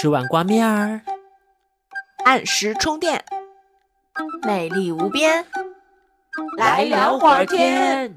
吃碗挂面儿， 按时充电，魅力无边， 来聊会儿天。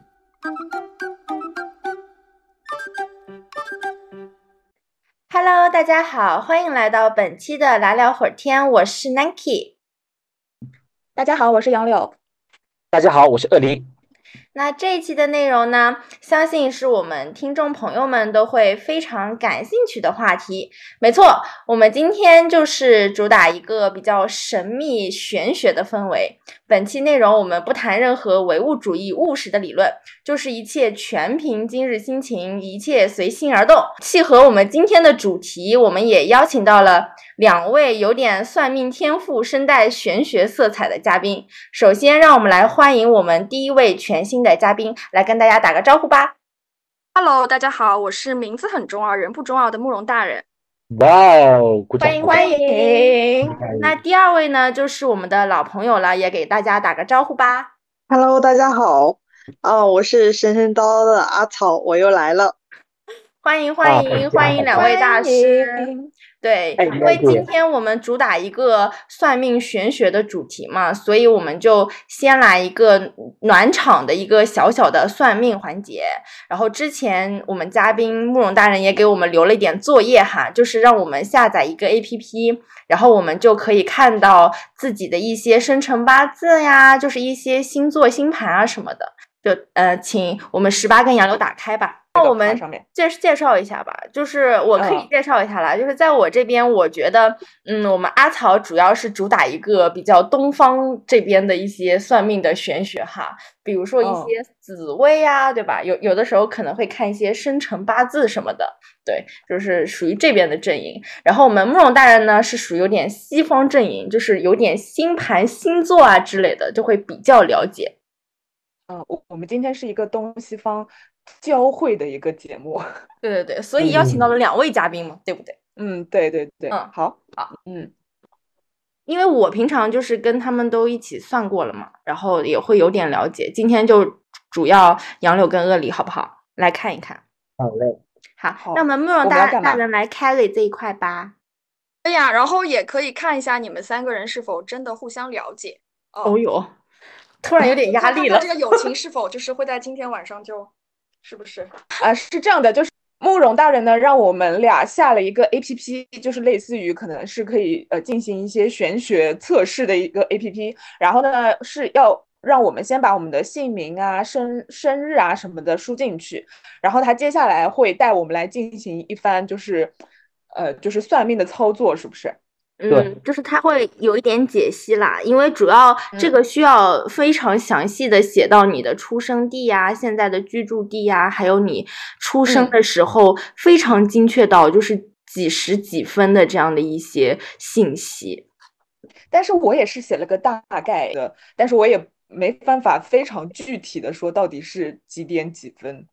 Hello， 大家好，欢迎来到本期的来聊会儿天，我是 Nike。 大家好，我是杨柳。 大家好，我是恶灵。 那这一期的内容呢，相信是我们听众朋友们都会非常感兴趣的话题。没错，我们今天就是主打一个比较神秘玄学的氛围。本期内容我们不谈任何唯物主义务实的理论，就是一切全凭今日心情，一切随心而动。契合我们今天的主题，我们也邀请到了两位有点算命天赋、身带玄学色彩的嘉宾。首先让我们来欢迎我们第一位全新的嘉宾，来跟大家打个招呼吧。 Hello， 大家好，我是名字很重要人不重要的慕容大人。 哇哦， 欢迎欢迎。那第二位呢，就是我们的老朋友了，也给大家打个招呼吧。 Hello， 大家好，我是神神叨叨的阿草，我又来了。 欢迎欢迎欢迎两位大师。对，因为今天我们主打一个算命玄学的主题嘛，所以我们就先来一个暖场的一个小小的算命环节。然后之前我们嘉宾慕容大人也给我们留了一点作业哈，就是让我们下载一个 APP， 然后我们就可以看到自己的一些生辰八字呀，就是一些星座星盘啊什么的。就请我们18跟杨柳打开吧。那我们介绍一下吧，就是我可以介绍一下啦，就是在我这边我觉得我们阿草主要是主打一个比较东方这边的一些算命的玄学哈，比如说一些紫微啊，对吧，有的时候可能会看一些生辰八字什么的，对，就是属于这边的阵营。然后我们慕容大人呢是属于有点西方阵营，就是有点星盘星座啊之类的，就会比较了解。 我们今天是一个东西方交汇的一个节目。 对对对，所以邀请到了两位嘉宾嘛，对不对？ 对对对，好， 因为我平常就是跟他们都一起算过了嘛，然后也会有点了解。今天就主要杨柳跟恶里好不好？来看一看。 好嘞。 好，那我们慕容大人来carry这一块吧。 对呀，然后也可以看一下你们三个人是否真的互相了解。 哦哟，突然有点压力了。 这个友情是否就是会在今天晚上就是不是？是这样的，就是慕容大人呢让我们俩下了一个 APP， 就是类似于可能是可以进行一些玄学测试的一个 APP， 然后呢是要让我们先把我们的姓名啊、生日啊什么的输进去，然后他接下来会带我们来进行一番就是算命的操作，是不是？ 就是它会有一点解析啦，因为主要这个需要非常详细的写到你的出生地呀、现在的居住地呀，还有你出生的时候非常精确到就是几时几分的这样的一些信息。 但是我也是写了个大概的，但是我也没办法非常具体的说到底是几点几分。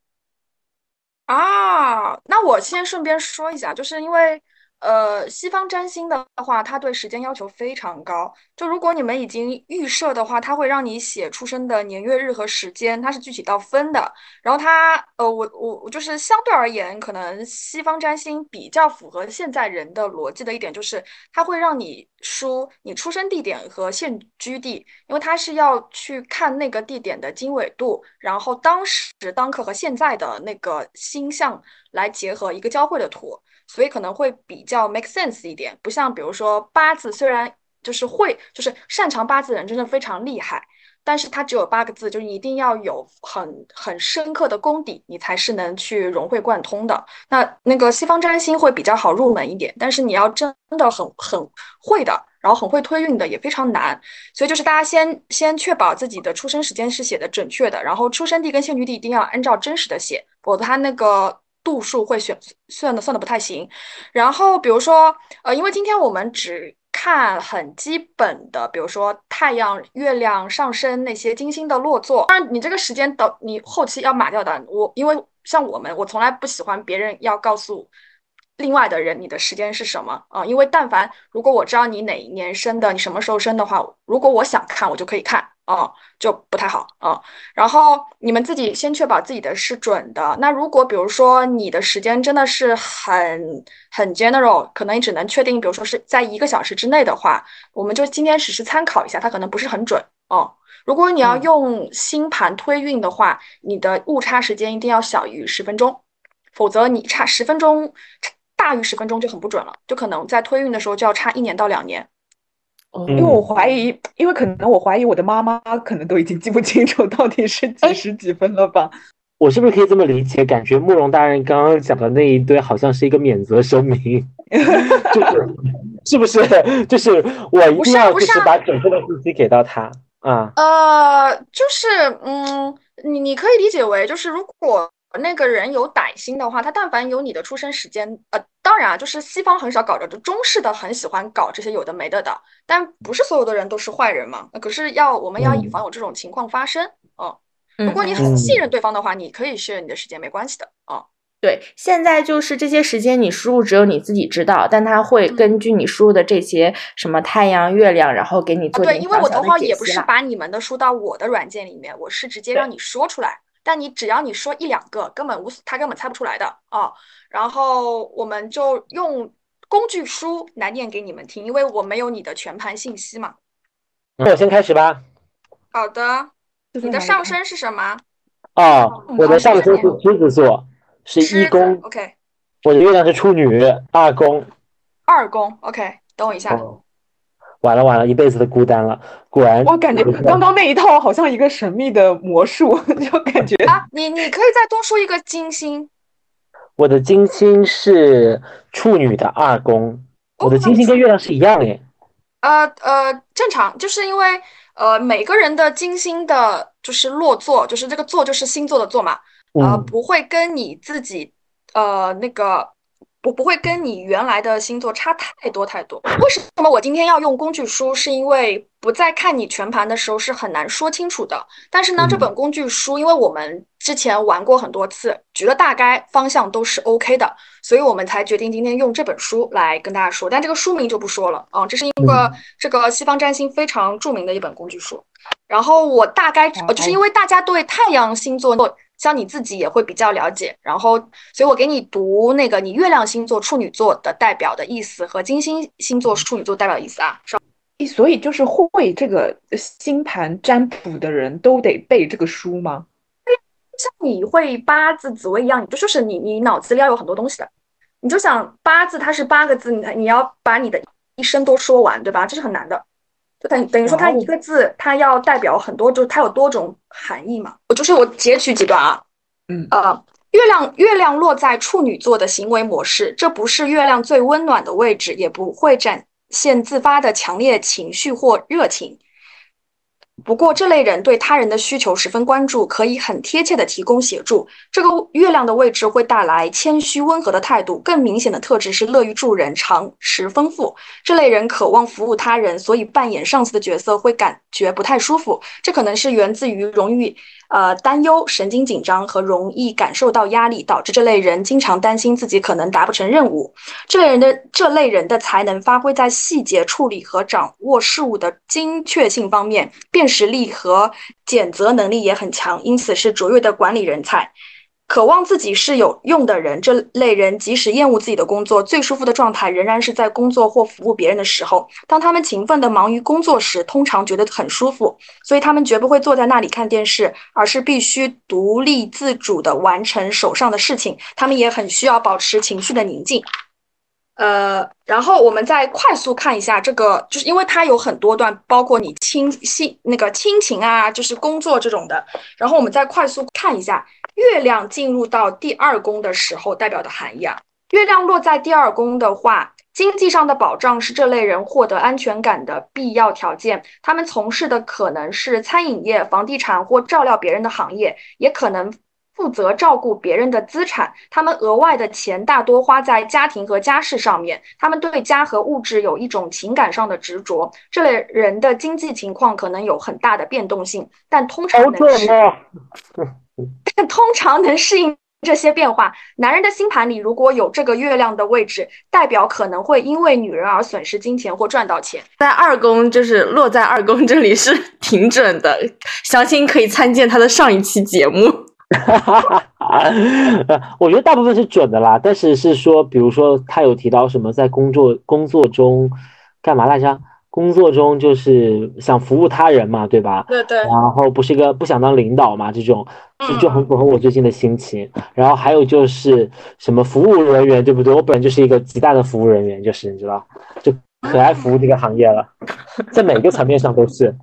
那我先顺便说一下，就是因为西方占星的话，它对时间要求非常高。就如果你们已经预设的话，它会让你写出生的年月日和时间，它是具体到分的。然后它我就是相对而言，可能西方占星比较符合现在人的逻辑的一点，就是它会让你输你出生地点和现居地，因为它是要去看那个地点的经纬度，然后当时当刻和现在的那个星象来结合一个交汇的图。所以可能会比较 make sense 一点，不像比如说八字，虽然就是擅长八字的人真的非常厉害，但是它只有8个字，就是你一定要有很深刻的功底，你才是能去融会贯通的。那个西方占星会比较好入门一点，但是你要真的很会的，然后很会推运的也非常难。所以就是大家先确保自己的出生时间是写的准确的，然后出生地跟现居地一定要按照真实的写，否则它那个度数会算的不太行。然后比如说因为今天我们只看很基本的，比如说太阳、月亮、上升那些金星的落座，当然你这个时间你后期要码掉的。因为像我从来不喜欢别人要告诉另外的人你的时间是什么因为但凡如果我知道你哪一年生的，你什么时候生的话，如果我想看我就可以看， 就不太好然后你们自己先确保自己的是准的。那如果比如说你的时间真的是很 general， 可能你只能确定，比如说是在1个小时之内的话，我们就今天只是参考一下，它可能不是很准如果你要用星盘推运的话，你的误差时间一定要小于10分钟，否则你差10分钟，大于10分钟就很不准了，就可能在推运的时候就要差1年到2年。 因为我怀疑，可能我怀疑我的妈妈可能都已经记不清楚到底是几时几分了吧。 我是不是可以这么理解？感觉慕容大人刚刚讲的那一堆好像是一个免责声明，是不是？就是我一定要就是把准确的信息给到他啊。 就是你可以理解为就是如果那个人有歹心的话，他但凡有你的出生时间，当然就是西方很少搞这，就中式的很喜欢搞这些有的没的的，但不是所有的人都是坏人嘛。可是我们要以防有这种情况发生如果你很信任对方的话，你可以share你的时间，没关系的对，现在就是这些时间你输入只有你自己知道，但它会根据你输入的这些什么太阳、月亮，然后给你做对，因为我的话也不是把你们的输到我的软件里面，我是直接让你说出来。但你只要你说1-2个，他根本猜不出来的然后我们就用工具书来念给你们听，因为我没有你的全盘信息嘛。 那我先开始吧。 好的，你的上升是什么？ 我的上升是狮子座，是1宫。 OK。 我的月亮是处女，2宫。 2宫 OK， 等我一下。 完了，一辈子的孤单了。果然， 我感觉刚刚那一套好像一个神秘的魔术，就感觉你可以再多说一个金星。 我的金星是处女的2宫，我的金星跟月亮是一样耶。 正常，就是因为每个人的金星的就是落座，就是这个座就是星座的座嘛，不会跟你自己那个。不会跟你原来的星座差太多。为什么我今天要用工具书？是因为不在看你全盘的时候是很难说清楚的。但是呢，这本工具书，因为我们之前玩过很多次，举了大概方向都是 OK 的，所以我们才决定今天用这本书来跟大家说。但这个书名就不说了这是一个这个西方占星非常著名的一本工具书。然后我大概就是因为大家对太阳星座像你自己也会比较了解，然后所以我给你读那个你月亮星座处女座的代表的意思和金星星座处女座代表的意思所以就是会这个星盘占卜的人都得背这个书吗？ 像你会八字紫微一样，就是你脑子里要有很多东西的。你就想八字它是8个字，你要把你的一生都说完，对吧？这是很难的。就等于说它一个字它要代表很多，就是它有多种含义嘛。我截取几段月亮落在处女座的行为模式，这不是月亮最温暖的位置，也不会展现自发的强烈情绪或热情。不过这类人对他人的需求十分关注，可以很贴切地提供协助。这个月亮的位置会带来谦虚温和的态度，更明显的特质是乐于助人，常识丰富。这类人渴望服务他人，所以扮演上司的角色会感觉不太舒服。这可能是源自于容易担忧、神经紧张和容易感受到压力，导致这类人经常担心自己可能达不成任务。这类人的才能发挥在细节处理和掌握事物的精确性方面，辨识力和检责能力也很强，因此是卓越的管理人才。渴望自己是有用的人，这类人即使厌恶自己的工作，最舒服的状态仍然是在工作或服务别人的时候。当他们勤奋地忙于工作时，通常觉得很舒服，所以他们绝不会坐在那里看电视，而是必须独立自主地完成手上的事情。他们也很需要保持情绪的宁静。然后我们再快速看一下这个，就是因为它有很多段，包括你亲情啊，就是工作这种的。然后我们再快速看一下月亮进入到第2宫的时候代表的含义月亮落在第2宫的话，经济上的保障是这类人获得安全感的必要条件。他们从事的可能是餐饮业、房地产或照料别人的行业，也可能负责照顾别人的资产。他们额外的钱大多花在家庭和家事上面。他们对家和物质有一种情感上的执着。这类人的经济情况可能有很大的变动性，但通常能适应这些变化，男人的星盘里如果有这个月亮的位置，代表可能会因为女人而损失金钱或赚到钱。 在二宫就是落在二宫这里是挺准的，详情可以参见他的上一期节目。 我觉得大部分是准的啦，但是是说，比如说他有提到什么在工作中干嘛来着？工作中就是想服务他人嘛，对吧？ 对。 然后不是一个不想当领导嘛，这种就很符合我最近的心情。然后还有就是什么服务人员，对不对？我本人就是一个极大的服务人员，就是你知道，就可爱服务这个行业了，在每个层面上都是。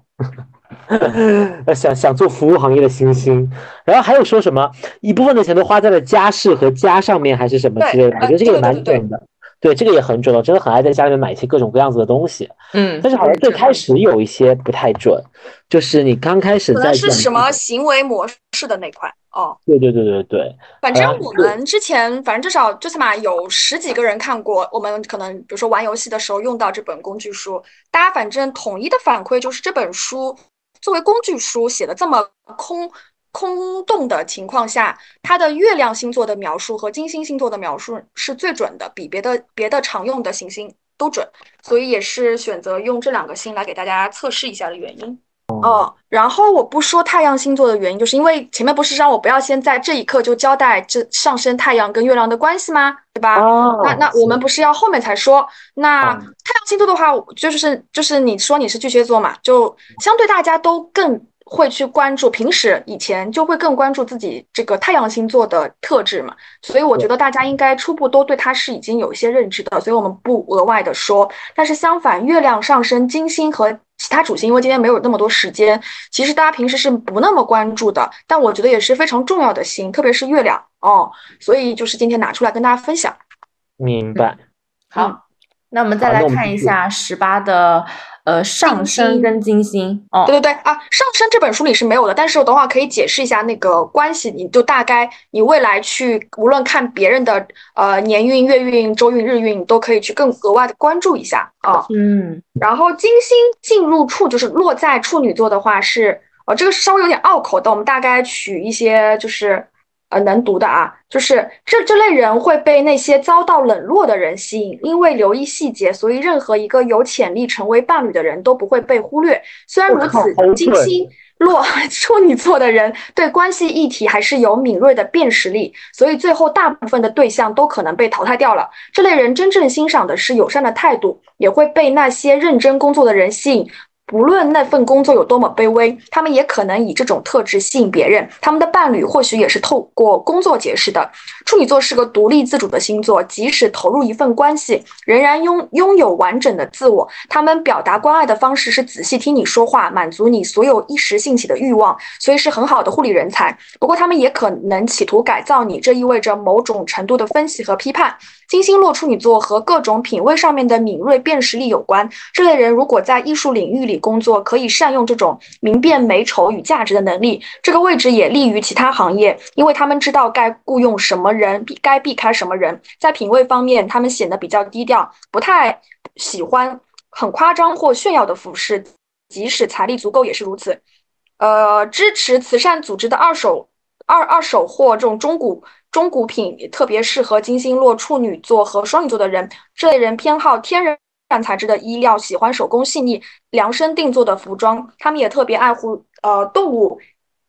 想做服务行业的新星，然后还有说什么一部分的钱都花在了家饰和家上面，还是什么之类的，我觉得这个也蛮准的。对，这个也很准了，真的很爱在家里面买一些各种各样子的东西。但是好像最开始有一些不太准，就是你刚开始在可能是什么行为模式的那块哦。 对。 反正我们之前，反正至少最起码有10几个人看过，我们可能比如说玩游戏的时候用到这本工具书，大家反正统一的反馈就是这本书作为工具书写的这么空洞的情况下，它的月亮星座的描述和金星星座的描述是最准的，比别的常用的行星都准，所以也是选择用这2个星来给大家测试一下的原因。然后我不说太阳星座的原因，就是因为前面不是让我不要先在这一刻就交代这上升太阳跟月亮的关系吗？对吧？那我们不是要后面才说？那太阳星座的话，就是你说你是巨蟹座嘛，就相对大家都更会去关注，平时以前就会更关注自己这个太阳星座的特质嘛，所以我觉得大家应该初步都对它是已经有一些认知的，所以我们不额外的说。但是相反，月亮上升、金星和其他主星，因为今天没有那么多时间，其实大家平时是不那么关注的，但我觉得也是非常重要的星，特别是月亮所以就是今天拿出来跟大家分享。 明白。 好，那我们再来看一下18的上升跟金星。 对啊，上升这本书里是没有的，但是我等会儿可以解释一下那个关系，你就大概你未来去无论看别人的年运、月运、周运、日运，你都可以去更额外的关注一下然后金星进入就是落在处女座的话是这个是稍微有点拗口的，我们大概取一些就是能读的就是这类人会被那些遭到冷落的人吸引，因为留意细节，所以任何一个有潜力成为伴侣的人都不会被忽略。虽然如此，金星落处女座的人对关系议题还是有敏锐的辨识力，所以最后大部分的对象都可能被淘汰掉了。这类人真正欣赏的是友善的态度，也会被那些认真工作的人吸引。不论那份工作有多么卑微，他们也可能以这种特质吸引别人。他们的伴侣或许也是透过工作结识的。处女座是个独立自主的星座，即使投入一份关系，仍然拥有完整的自我。他们表达关爱的方式是仔细听你说话，满足你所有一时兴起的欲望，所以是很好的护理人才。不过他们也可能企图改造你，这意味着某种程度的分析和批判。金星落处女座和各种品味上面的敏锐辨识力有关。这类人如果在艺术领域里工作，可以善用这种明辨美丑与价值的能力。这个位置也利于其他行业，因为他们知道该雇佣什么人，该避开什么人。在品味方面，他们显得比较低调，不太喜欢很夸张或炫耀的服饰，即使财力足够也是如此。支持慈善组织的二手货这种中古品也特别适合金星落处女座和双鱼座的人。这类人偏好天然材质的衣料，喜欢手工细腻、量身定做的服装。他们也特别爱护动物。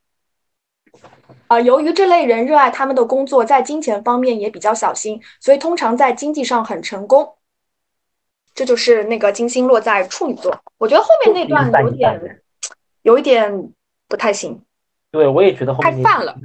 由于这类人热爱他们的工作，在金钱方面也比较小心，所以通常在经济上很成功。这就是那个金星落在处女座。我觉得后面那段有一点不太行。 对，我也觉得后面太泛了。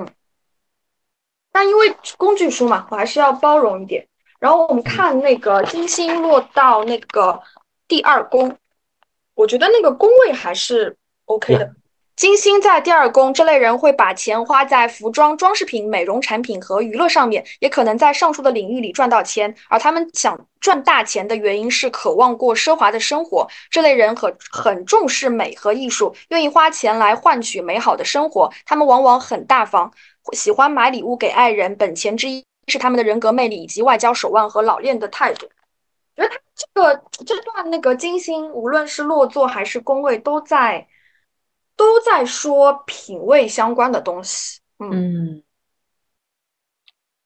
但因为工具书嘛，我还是要包容一点。然后我们看那个金星落到那个第2宫，我觉得那个宫位还是 OK 的。金星在第2宫，这类人会把钱花在服装、装饰品、美容产品和娱乐上面，也可能在上述的领域里赚到钱。而他们想赚大钱的原因是渴望过奢华的生活。这类人很重视美和艺术，愿意花钱来换取美好的生活。他们往往很大方，喜欢买礼物给爱人，本钱之一是他们的人格魅力以及外交手腕和老练的态度。我觉得他这段那个金星，无论是落座还是宫位，都在说品味相关的东西。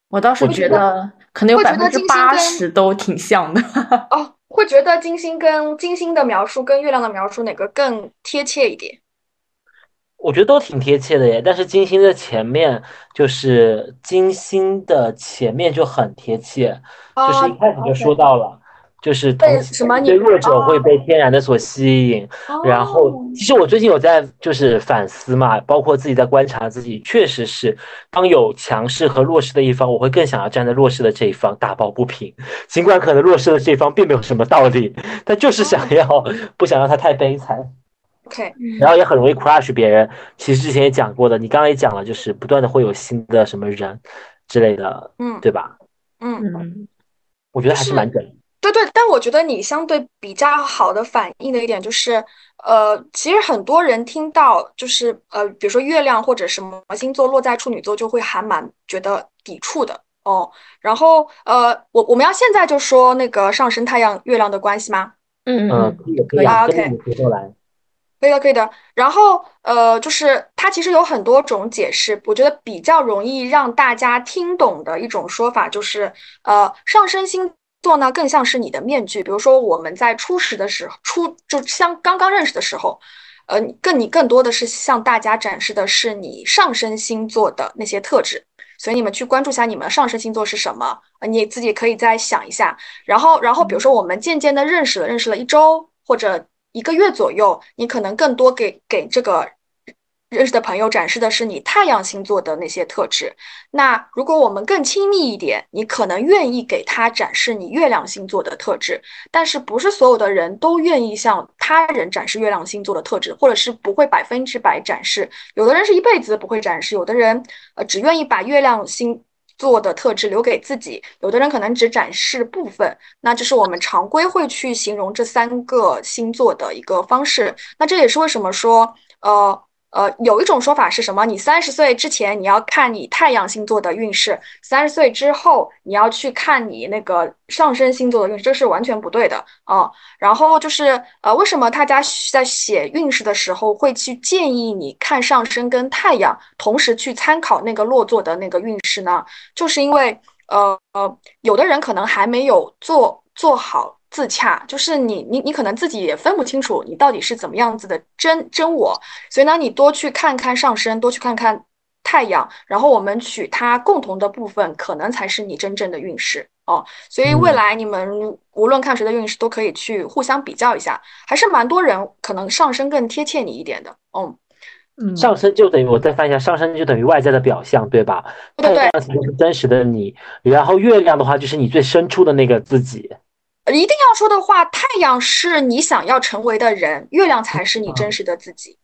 我倒是觉得可能有80%都挺像的。 哦，会觉得金星的描述跟月亮的描述哪个更贴切一点？ 我觉得都挺贴切的耶，但是金星的前面就很贴切，就是一开始就说到了，就是同情对弱者会被天然的所吸引。然后，其实我最近有在就是反思嘛，包括自己在观察自己，确实是当有强势和弱势的一方，我会更想要站在弱势的这一方打抱不平，尽管可能弱势的这一方并没有什么道理，但就是不想让他太悲惨。 OK， 然后也很容易 crush 别人。其实之前也讲过的，你刚刚也讲了，就是不断的会有新的什么人之类的，对吧？我觉得还是蛮准的。 对，但我觉得你相对比较好的反映的一点就是，其实很多人听到就是比如说月亮或者什么星座落在处女座，就会还蛮觉得抵触的哦。然后我们要现在就说那个上升太阳月亮的关系吗？ 可以啊 ，OK。可以的。然后就是它其实有很多种解释，我觉得比较容易让大家听懂的一种说法就是，上升星座呢更像是你的面具。比如说我们在初始的时候，就像刚刚认识的时候，你更多的是向大家展示的是你上升星座的那些特质。所以你们去关注一下你们上升星座是什么，你自己可以再想一下。然后比如说我们渐渐的认识了1周或者1个月左右，你可能更多给这个认识的朋友展示的是你太阳星座的那些特质。那如果我们更亲密一点，你可能愿意给他展示你月亮星座的特质，但是不是所有的人都愿意向他人展示月亮星座的特质，或者是不会100%展示。有的人是一辈子不会展示，有的人只愿意把月亮星座的特质留给自己，有的人可能只展示部分。那这是我们常规会去形容这3个星座的一个方式。那这也是为什么说有一种说法是什么？你30岁之前你要看你太阳星座的运势，30岁之后你要去看你那个上升星座的运势，这是完全不对的啊。然后就是为什么大家在写运势的时候会去建议你看上升跟太阳，同时去参考那个落座的那个运势呢？就是因为有的人可能还没有做好自洽，就是你可能自己也分不清楚你到底是怎么样子的真我，所以呢，你多去看看上升，多去看看太阳，然后我们取它共同的部分，可能才是你真正的运势哦。所以未来你们无论看谁的运势，都可以去互相比较一下，还是蛮多人可能上升更贴切你一点的， 上升就等于，我再翻译一下，上升就等于外在的表象，对吧？ 对， 太阳其实是真实的你，然后月亮的话就是你最深处的那个自己。 一定要说的话，太阳是你想要成为的人，月亮才是你真实的自己。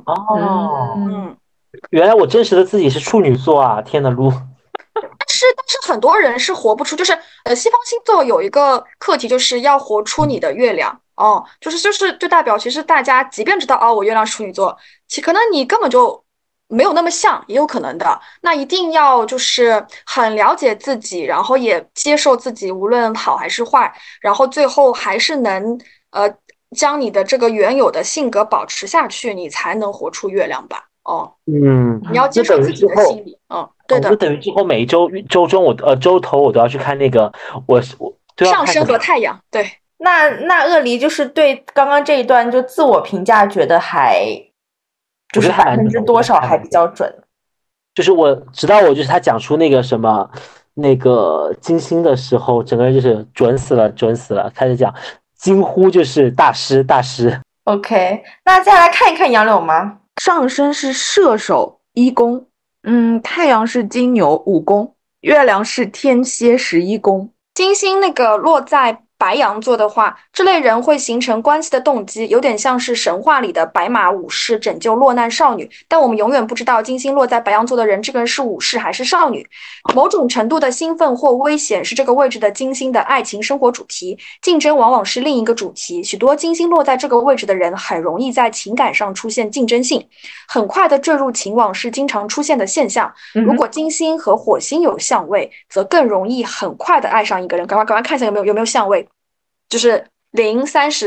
原来我真实的自己是处女座啊！天哪，噜！ 但是很多人是活不出，就是西方星座有一个课题，就是要活出你的月亮哦，就代表其实大家即便知道我月亮是处女座，可能你根本就没有那么像，也有可能的。那一定要就是很了解自己，然后也接受自己，无论好还是坏，然后最后还是能将你的这个原有的性格保持下去，你才能活出月亮吧。你要接受自己的心理。对的。 就等于之后每一周周头我都要去看那个我上升和太阳。对。 那鳄梨就是对刚刚这一段就自我评价觉得还就是%多少还比较准。 就是直到我就是他讲出那个什么那个金星的时候，整个人就是准死了，开始讲惊呼就是大师。 OK， 那再来看一看杨柳吗？ 上升是射手1宫，太阳是金牛5宫，月亮是天蝎11宫。 金星那个落在白羊座的话，这类人会形成关系的动机有点像是神话里的白马武士拯救落难少女，但我们永远不知道金星落在白羊座的人，这个人是武士还是少女。某种程度的兴奋或危险是这个位置的金星的爱情生活主题，竞争往往是另一个主题。许多金星落在这个位置的人很容易在情感上出现竞争性，很快的坠入情网是经常出现的现象。如果金星和火星有相位，则更容易很快的爱上一个人。赶快看一下有没有相位，就是0、30、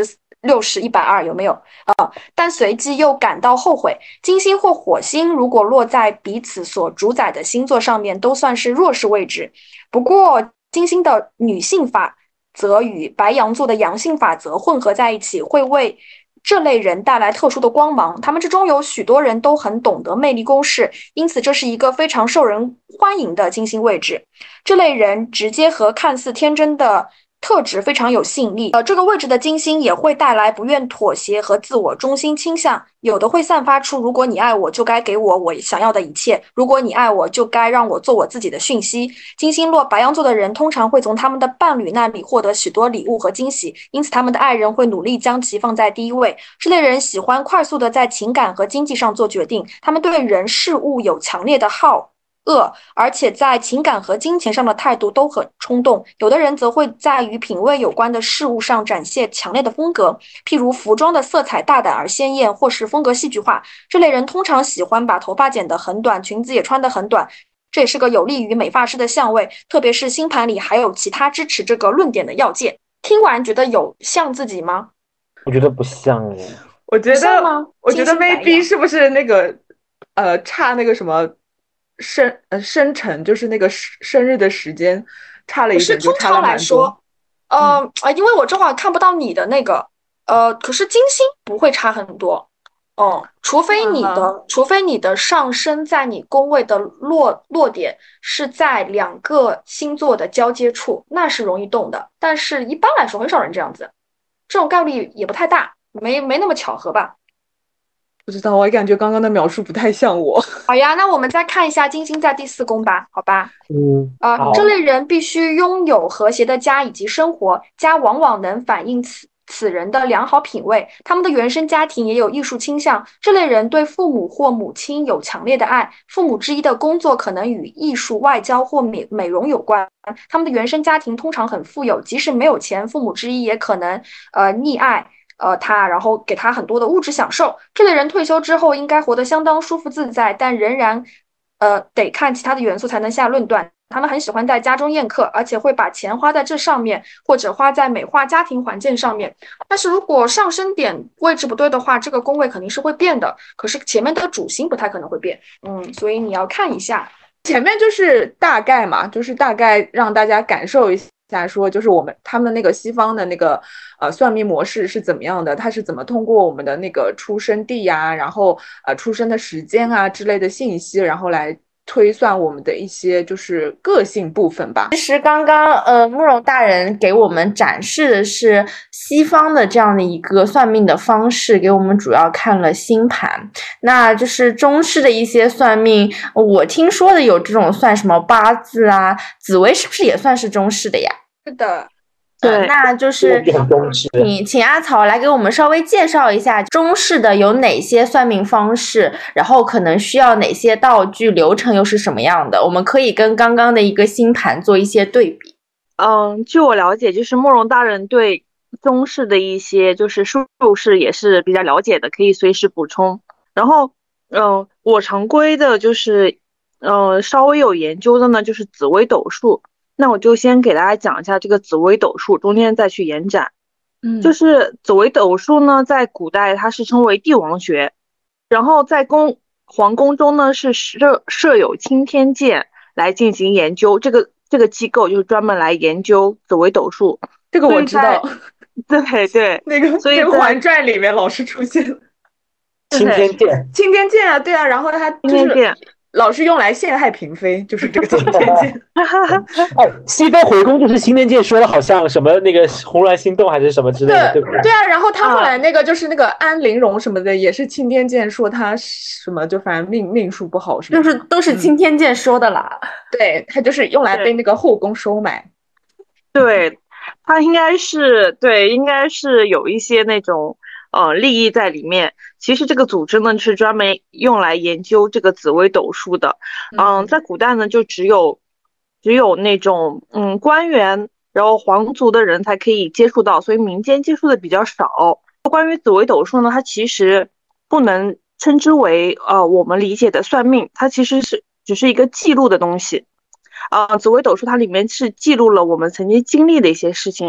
60、120，有没有？但随即又感到后悔。金星或火星如果落在彼此所主宰的星座上面，都算是弱势位置。不过，金星的女性法则与白羊座的阳性法则混合在一起，会为这类人带来特殊的光芒。他们之中有许多人都很懂得魅力公式，因此这是一个非常受人欢迎的金星位置。这类人直接和看似天真的特质非常有吸引力。这个位置的金星也会带来不愿妥协和自我中心倾向，有的会散发出如果你爱我就该给我想要的一切，如果你爱我就该让我做我自己的讯息。金星落白羊座的人通常会从他们的伴侣那里获得许多礼物和惊喜，因此他们的爱人会努力将其放在第一位。这类人喜欢快速的在情感和经济上做决定，他们对人事物有强烈的好恶，而且在情感和金钱上的态度都很冲动。有的人则会在与品味有关的事物上展现强烈的风格，譬如服装的色彩大胆而鲜艳，或是风格戏剧化。这类人通常喜欢把头发剪得很短，裙子也穿得很短，这也是个有利于美发师的相位，特别是星盘里还有其他支持这个论点的要件。听完觉得有像自己吗？ 我觉得不像耶。 我觉得 maybe 是不是那个差那个什么生辰，就是那个生日的时间差了一点，就差了蛮多。 因为我正好看不到你的那个，可是金星不会差很多，除非你的上升在你宫位的落点是在2个星座的交接处，那是容易动的。但是一般来说，很少人这样子，这种概率也不太大，没那么巧合吧。 不知道，我感觉刚刚的描述不太像我。 好呀，那我们再看一下金星在第4宫吧，好吧？这类人必须拥有和谐的家以及生活，家往往能反映此人的良好品味。他们的原生家庭也有艺术倾向，这类人对父母或母亲有强烈的爱，父母之一的工作可能与艺术、外交或美容有关。他们的原生家庭通常很富有，即使没有钱，父母之一也可能溺爱他，然后给他很多的物质享受。这类人退休之后应该活得相当舒服自在，但仍然得看其他的元素才能下论断。他们很喜欢在家中宴客，而且会把钱花在这上面，或者花在美化家庭环境上面。但是如果上升点位置不对的话，这个宫位肯定是会变的，可是前面的主星不太可能会变。所以你要看一下前面，就是大概嘛，就是大概让大家感受一下，说就是他们那个西方的那个算命模式是怎么样的，它是怎么通过我们的那个出生地呀，然后出生的时间啊之类的信息，然后来推算我们的一些就是个性部分吧。 其实刚刚慕容大人给我们展示的是西方的这样的一个算命的方式，给我们主要看了星盘。那就是中式的一些算命，我听说的有这种算什么八字啊，紫微是不是也算是中式的呀？ 是的。 对，那就是你请阿草来给我们稍微介绍一下中式的有哪些算命方式，然后可能需要哪些道具，流程又是什么样的，我们可以跟刚刚的一个星盘做一些对比。 据我了解，就是慕容大人对中式的一些就是术士也是比较了解的，可以随时补充。然后我常规的就是稍微有研究的呢就是紫微斗数。那我就先给大家讲一下这个紫微斗数，中间再去延展。就是紫微斗数呢，在古代它是称为帝王学，然后在皇宫中呢是设有钦天监来进行研究，这个机构就是专门来研究紫微斗数。 这个我知道。 对， 那个所以 《甄嬛传》里面老是出现钦天监啊，对啊，然后它就是老是用来陷害嫔妃，就是这个钦天监。 熹妃回宫就是钦天监说的好像什么那个红鸾心动还是什么之类的，对不对？ 对啊，然后他后来那个就是那个安陵容什么的，也是钦天监说他什么就反正命数不好， 就是都是钦天监说的啦。 对，他就是用来被那个后宫收买。 对，他应该是有一些那种利益在里面。其实这个组织呢是专门用来研究这个紫微斗数的。在古代呢就只有那种官员然后皇族的人才可以接触到，所以民间接触的比较少。关于紫微斗数呢，它其实不能称之为我们理解的算命，它其实只是一个记录的东西。紫微斗数它里面是记录了我们曾经经历的一些事情，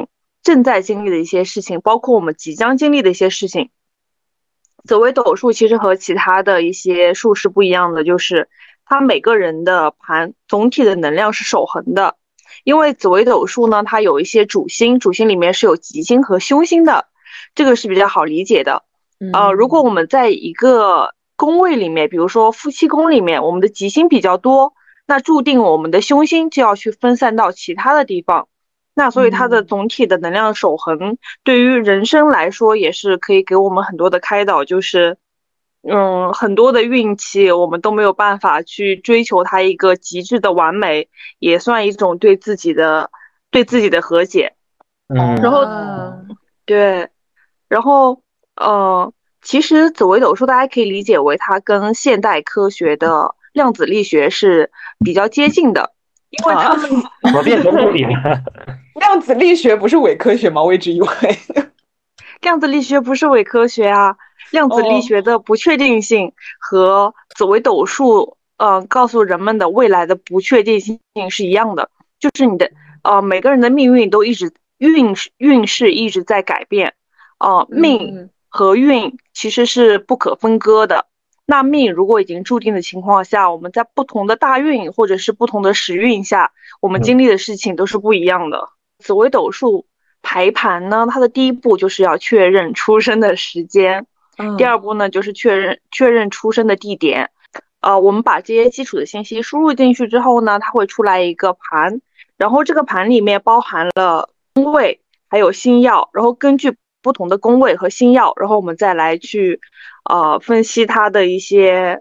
正在经历的一些事情，包括我们即将经历的一些事情。紫微斗数其实和其他的一些术是不一样的，就是它每个人的盘总体的能量是守恒的。因为紫微斗数呢，它有一些主星，主星里面是有吉星和凶星的，这个是比较好理解的。如果我们在一个宫位里面，比如说夫妻宫里面，我们的吉星比较多，那注定我们的凶星就要去分散到其他的地方。那所以它的总体的能量守恒，对于人生来说也是可以给我们很多的开导，就是很多的运气我们都没有办法去追求它一个极致的完美，也算一种对自己的和解。然后对，然后其实紫微斗数大家可以理解为它跟现代科学的量子力学是比较接近的，因为他们怎么变成物理了？ 量子力学不是伪科学吗？我一直以为量子力学不是伪科学啊，量子力学的不确定性和紫微斗数告诉人们的未来的不确定性是一样的，就是你的每个人的命运都一直运势一直在改变，命和运其实是不可分割的。那命如果已经注定的情况下，我们在不同的大运或者是不同的时运下，我们经历的事情都是不一样的。紫微斗数排盘呢，它的第一步就是要确认出生的时间，第二步呢就是确认出生的地点。我们把这些基础的信息输入进去之后呢，它会出来一个盘，然后这个盘里面包含了宫位还有星曜，然后根据不同的宫位和星曜，然后我们再来去分析它的一些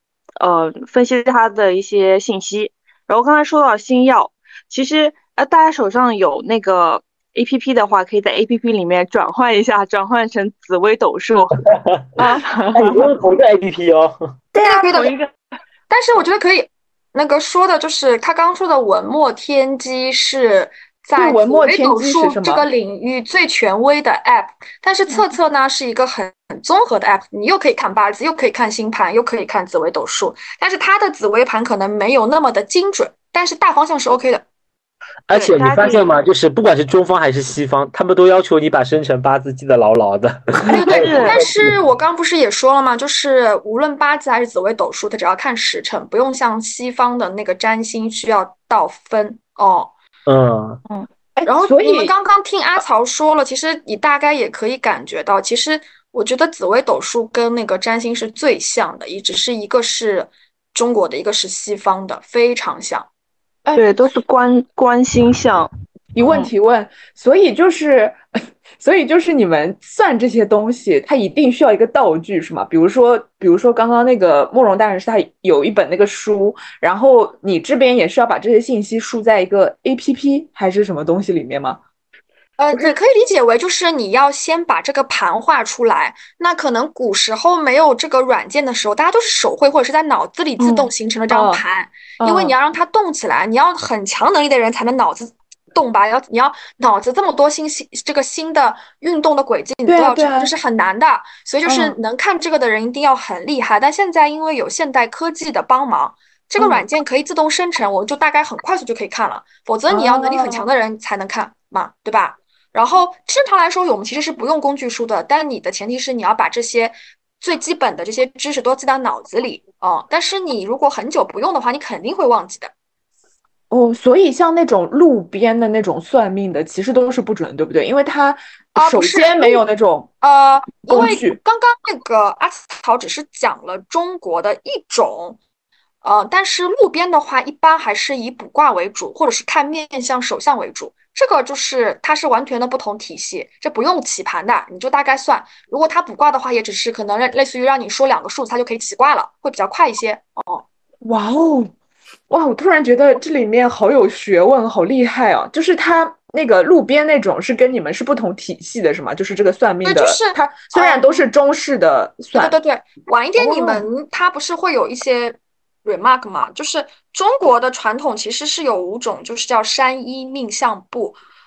信息。然后刚才说到星曜，其实大家手上有那个 APP 的话，可以在 APP 里面转换一下，转换成紫微斗数你不是同一个 APP 哦？ 对啊，同一个。但是我觉得可以，那个说的就是他刚刚说的文墨天机是在紫微斗数这个领域最权威的 app， 但是测测呢是一个很综合的 app， 你又可以看八字，又可以看星盘，又可以看紫微斗数，但是它的紫微盘可能没有那么的精准，但是大方向是 OK 的。 而且你发现吗？就是不管是中方还是西方，他们都要求你把生辰八字记得牢牢的。 对，但是我刚不是也说了吗？就是无论八字还是紫微斗数，它只要看时辰，不用像西方的那个占星需要到分哦。然后你们刚刚听阿曹说了，其实你大概也可以感觉到，其实我觉得紫微斗数跟那个占星是最像的，也只是一个是中国的，一个是西方的，非常像。 对，都是观星象。 提问，所以就是你们算这些东西，它一定需要一个道具是吗？比如说刚刚那个慕容大人是他有一本那个书，然后你这边也是要把这些信息输在一个 APP 还是什么东西里面吗？ 你可以理解为就是你要先把这个盘画出来。那可能古时候没有这个软件的时候，大家都是手绘或者是在脑子里自动形成了这张盘，因为你要让它动起来，你要很强能力的人才能脑子动吧，你要脑子这么多这个新的运动的轨迹你都要知道，这是很难的。所以就是能看这个的人一定要很厉害。但现在因为有现代科技的帮忙，这个软件可以自动生成，我就大概很快速就可以看了，否则你要能力很强的人才能看嘛，对吧？然后正常来说我们其实是不用工具书的，但你的前提是你要把这些最基本的这些知识都记到脑子里但是你如果很久不用的话，你肯定会忘记的。 所以像那种路边的那种算命的其实都是不准，对不对？因为它首先没有那种工具。 因为刚刚那个阿曹只是讲了中国的一种但是路边的话一般还是以卜卦为主，或者是看面相手相为主，这个就是它是完全的不同体系，这不用起盘的，你就大概算。如果它卜卦的话，也只是可能类似于让你说2个数字，它就可以起卦了，会比较快一些哇，我突然觉得这里面好有学问，好厉害哦！就是它那个路边那种是跟你们是不同体系的，是吗？就是这个算命的， 就是它虽然都是中式的算， 对，晚一点你们它不是会有一些remark 嘛，就是中国的传统其实是有5种，就是叫山医命相卜。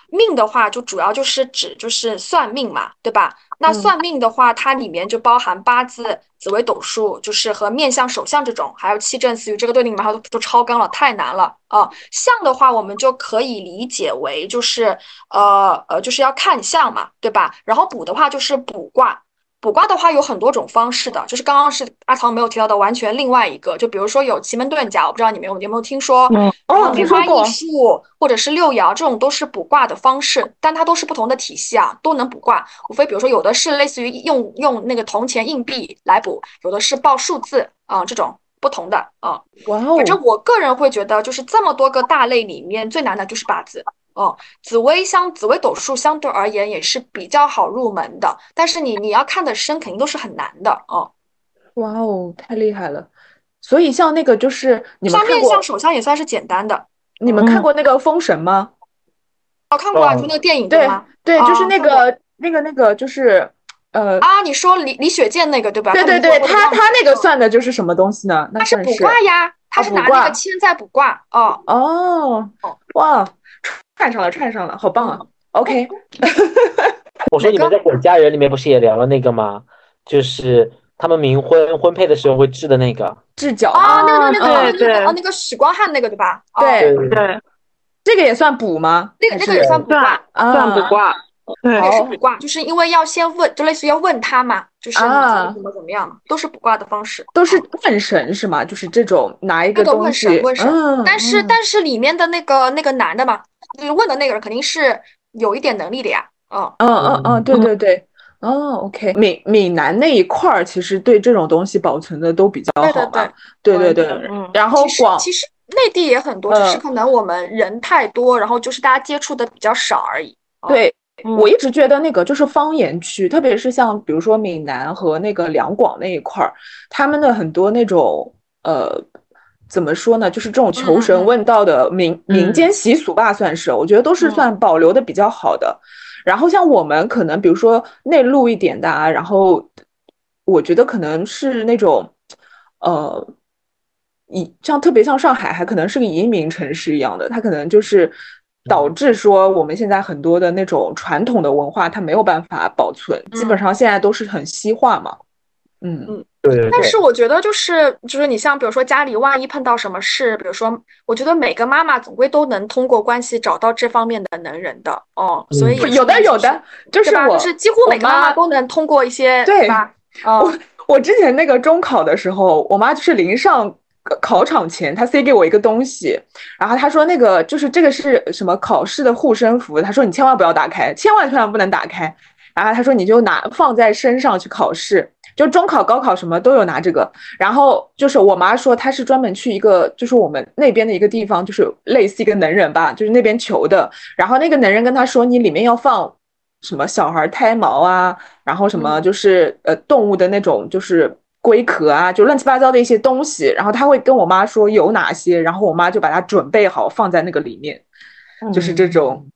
命的话就主要就是指就是算命嘛，对吧？那算命的话，它里面就包含八字、紫微斗数，就是和面相、手相这种，还有七正四余，这个对你们还都超纲了，太难了啊。相的话，我们就可以理解为就是就是要看相嘛，对吧？然后卜的话就是卜卦。卜卦的话有很多种方式的，就是刚刚是阿曹没有提到的完全另外一个，就比如说有奇门遁甲，我不知道你们有没有听说，梅花易数或者是六爻这种都是卜卦的方式，但它都是不同的体系啊，都能卜卦。无非比如说有的是类似于用那个铜钱硬币来卜，有的是报数字啊、这种不同的啊。 哇哦！ 反正我个人会觉得，就是这么多个大类里面最难的就是八字。紫微斗数相对而言也是比较好入门的，但是你要看的深，肯定都是很难的哦。 哇哦，太厉害了！所以像那个就是你们像面看过相手相也算是简单的。 你们看过那个《封神》吗？ 看过啊，就那个电影对吗？ 对，就是那个就是你说李雪健那个对吧？ 对，他那个算的就是什么东西呢？ 他是卜卦呀，他是拿那个签在卜卦哦，哇，串上了，好棒啊 ！OK， 我说你们在《我家人》里面不是也聊了那个吗？就是他们冥婚配的时候会治的那个治脚那个许光汉那个对吧？ 对，这个也算卜吗？ 那个也算卜卦， 算卜卦。 也是卜卦，就是因为要先问，就类似于要问他嘛，就是你怎么样，都是卜卦的方式， 都是问神是吗？就是这种拿一个东西问神，但是里面的那个男的嘛，就是问的那个人肯定是有一点能力的呀， 对。OK，闽南那一块儿其实对这种东西保存的都比较好嘛，对，然后其实内地也很多，只是可能我们人太多，然后就是大家接触的比较少而已。 对，我一直觉得那个就是方言区，特别是像比如说闽南和那个两广那一块儿，他们的很多那种怎么说呢，就是这种求神问道的民间习俗吧，算是我觉得都是算保留的比较好的。然后像我们可能比如说内陆一点的啊，然后我觉得可能是那种特别像上海还可能是个移民城市一样的，它可能就是导致说我们现在很多的那种传统的文化它没有办法保存，基本上现在都是很西化嘛。 对。 但是我觉得就是你像比如说家里万一碰到什么事，比如说我觉得每个妈妈总归都能通过关系找到这方面的能人的所以有的， 就是几乎每个妈妈都能通过一些对吧？ 我之前那个中考的时候，我妈就是临上考场前，她塞给我一个东西，然后她说那个就是这个是什么考试的护身符，她说你千万不要打开，千万不能打开，然后她说你就放在身上去考试。就中考、高考什么都有拿这个，然后就是我妈说她是专门去一个就是我们那边的一个地方，就是类似一个能人吧，就是那边求的。然后那个能人跟她说，你里面要放什么小孩胎毛啊，然后什么就是动物的那种就是龟壳啊，就乱七八糟的一些东西。然后她会跟我妈说有哪些，然后我妈就把它准备好放在那个里面，就是这种，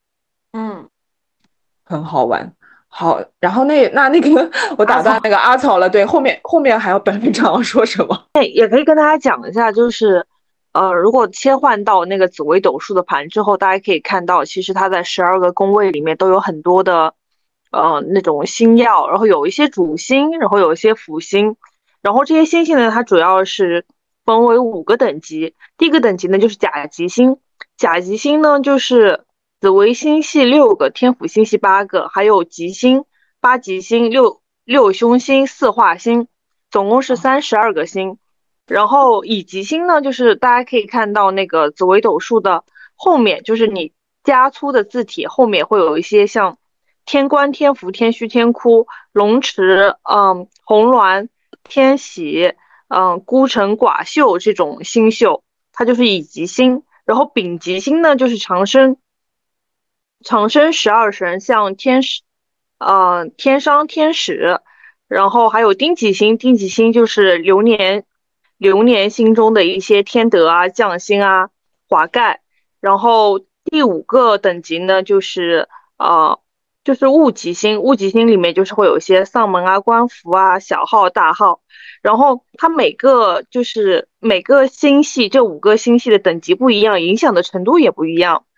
很好玩。好，然后那个我打断那个阿草了，对，后面还要本部长要说什么？ 也可以跟大家讲一下，就是如果切换到那个紫微斗数的盘之后，大家可以看到，其实它在12个宫位里面都有很多的那种星曜，然后有一些主星，然后有一些辅星，然后这些星星呢，它主要是分为5个等级。第一个等级呢就是甲级星，甲级星呢就是紫微星系6个，天府星系8个，还有吉星、8吉星、六凶星、4化星，总共是32个星。然后乙级星呢，就是大家可以看到那个紫微斗数的后面，就是你加粗的字体后面会有一些像天官、天福、天虚、天哭、龙池、红鸾、天喜、孤城、寡秀这种星宿，它就是乙级星。然后丙级星呢，就是长生12神，像天商、天使，然后还有丁己星，丁己星就是流年星中的一些天德啊、将星啊、华盖。然后第5个等级呢，就是戊己星，戊己星里面就是会有一些丧门啊、官符啊、小号、大号。然后它每个星系，这5个星系的等级不一样，影响的程度也不一样。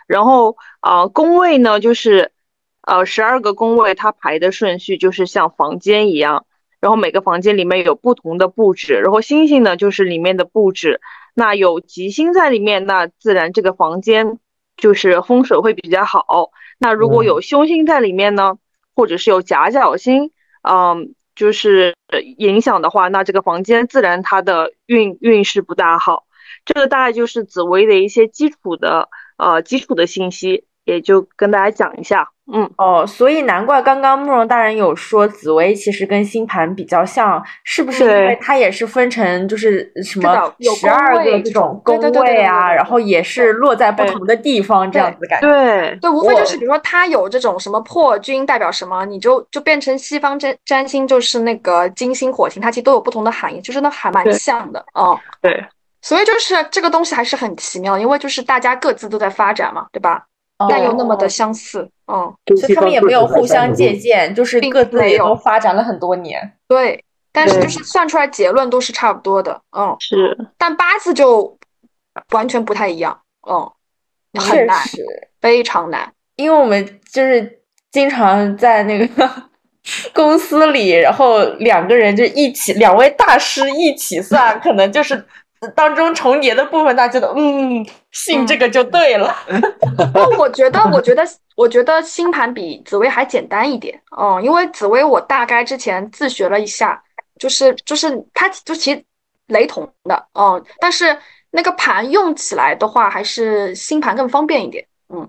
然后宫位呢，就是12个宫位，它排的顺序就是像房间一样，然后每个房间里面有不同的布置，然后星星呢就是里面的布置。那有吉星在里面，那自然这个房间就是风水会比较好。那如果有凶星在里面呢，或者是有夹角星，就是影响的话，那这个房间自然它的运势不大好。这个大概就是紫微的一些基础的信息，也就跟大家讲一下。 所以难怪刚刚慕容大人有说紫微其实跟星盘比较像，是不是因为它也是分成就是什么12个这种宫位啊，然后也是落在不同的地方这样子感觉。对，无非就是比如说它有这种什么破军代表什么，你就变成西方占星就是那个金星火星，它其实都有不同的含义，就是那还蛮像的。 对， 所以就是这个东西还是很奇妙，因为就是大家各自都在发展嘛，对吧？但又那么的相似， 所以他们也没有互相借鉴，就是各自也都发展了很多年。 对，但是就是算出来结论都是差不多的， 是。 但八字就完全不太一样，很难，非常难。 因为我们就是经常在那个公司里，然后两个人就两位大师一起算，可能就是当中重叠的部分，大家觉得信这个就对了。 那我觉得星盘比紫微还简单一点，因为紫微我大概之前自学了一下，就是它就其实雷同的，但是那个盘用起来的话，还是星盘更方便一点，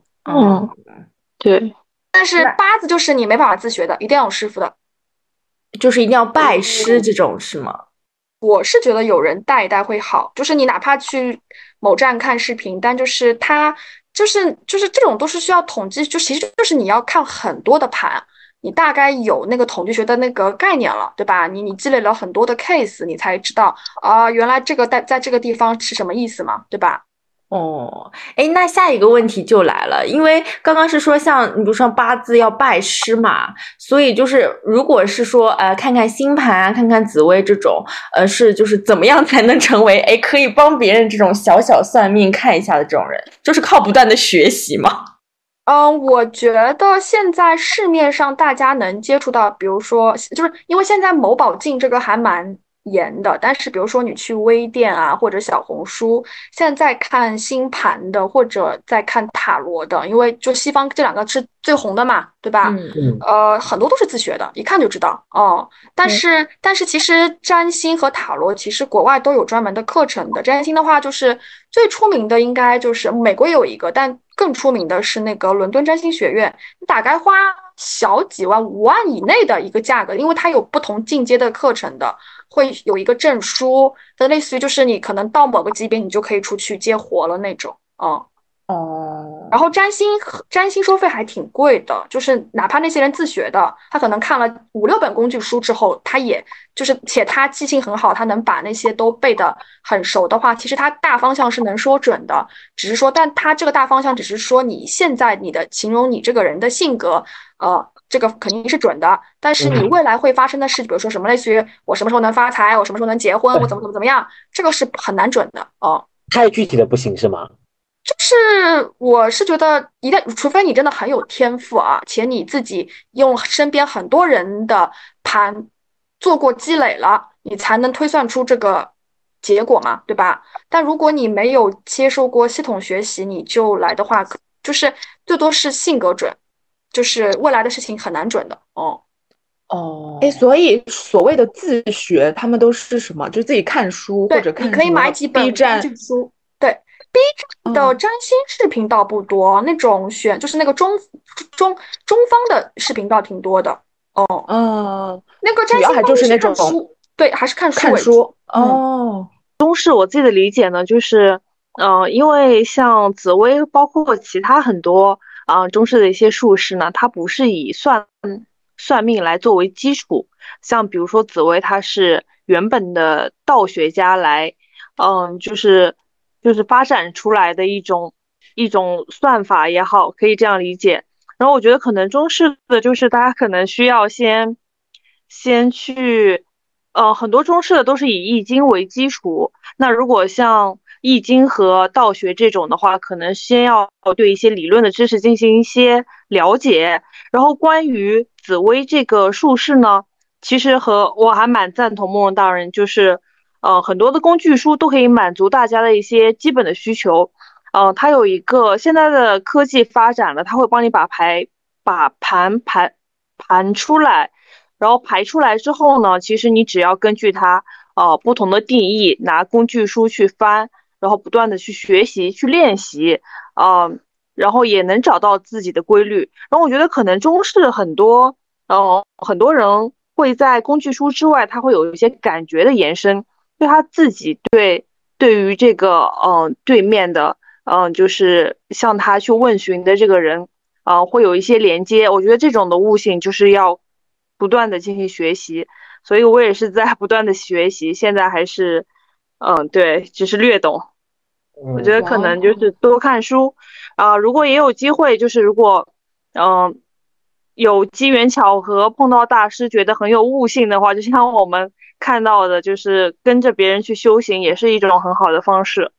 对。 但是八字就是你没办法自学的，一定要有师傅的， 就是一定要拜师这种是吗？ 我是觉得有人带一带会好，就是你哪怕去某站看视频，但就是它就是这种都是需要统计，就其实就是你要看很多的盘，你大概有那个统计学的那个概念了，对吧？你积累了很多的 case， 你才知道原来这个在这个地方是什么意思嘛，对吧？ 那下一个问题就来了，因为刚刚是说像你比如说八字要拜师嘛，所以就是如果是说看看星盘啊，看看紫微这种是就是怎么样才能成为可以帮别人这种小小算命看一下的这种人，就是靠不断的学习嘛。 我觉得现在市面上大家能接触到，比如说就是因为现在某宝进这个还蛮严的，但是比如说你去微店啊或者小红书，现在看星盘的或者在看塔罗的，因为就西方这两个是最红的嘛，对吧？很多都是自学的，一看就知道但是其实占星和塔罗其实国外都有专门的课程的。占星的话，就是最出名的应该就是美国有一个，但更出名的是那个伦敦占星学院，你大概花小几万、5万以内的一个价格，因为它有不同进阶的课程的。会有一个证书，的类似于就是你可能到某个级别，你就可以出去接活了那种，然后占星收费还挺贵的，就是哪怕那些人自学的，他可能看了5、6本工具书之后，他也就是且他记性很好，他能把那些都背得很熟的话，其实他大方向是能说准的，只是说，但他这个大方向只是说你现在你的形容你这个人的性格，这个肯定是准的，但是你未来会发生的事，比如说什么类似于我什么时候能发财，我什么时候能结婚，我怎么样，这个是很难准的太具体的不行是吗？ 就是我是觉得除非你真的很有天赋且你自己用身边很多人的盘做过积累了，你才能推算出这个结果嘛，对吧？但如果你没有接受过系统学习，你就来的话，就是最多是性格准，就是未来的事情很难准的所以所谓的自学，他们都是什么？就自己看书或者看你可以买几本 B 站书。对 ，B 站的占星视频倒不多，那种就是那个中方的视频倒挺多的那个占星主要还就是那种书，对，还是看书中式我自己的理解呢，就是因为像紫微，包括其他很多中式的一些术士呢，它不是以算命来作为基础，像比如说紫微，它是原本的道学家来，就是发展出来的一种算法也好，可以这样理解。然后我觉得可能中式的就是大家可能需要先去，很多中式的都是以易经为基础。那如果像易经和道学这种的话，可能先要对一些理论的知识进行一些了解。然后关于紫微这个术士呢，其实我还蛮赞同慕容大人，就是很多的工具书都可以满足大家的一些基本的需求。它有一个现在的科技发展了，它会帮你把盘出来，然后排出来之后呢，其实你只要根据它不同的定义，拿工具书去翻，然后不断的去学习去练习，然后也能找到自己的规律。然后我觉得可能中式很多人会在工具书之外，他会有一些感觉的延伸，对他自己对于这个对面的就是向他去问询的这个人会有一些连接。我觉得这种的悟性就是要不断的进行学习，所以我也是在不断的学习，现在还是对，只是略懂。我觉得可能就是多看书如果也有机会，就是如果有机缘巧合碰到大师觉得很有悟性的话，就像我们看到的，就是跟着别人去修行也是一种很好的方式。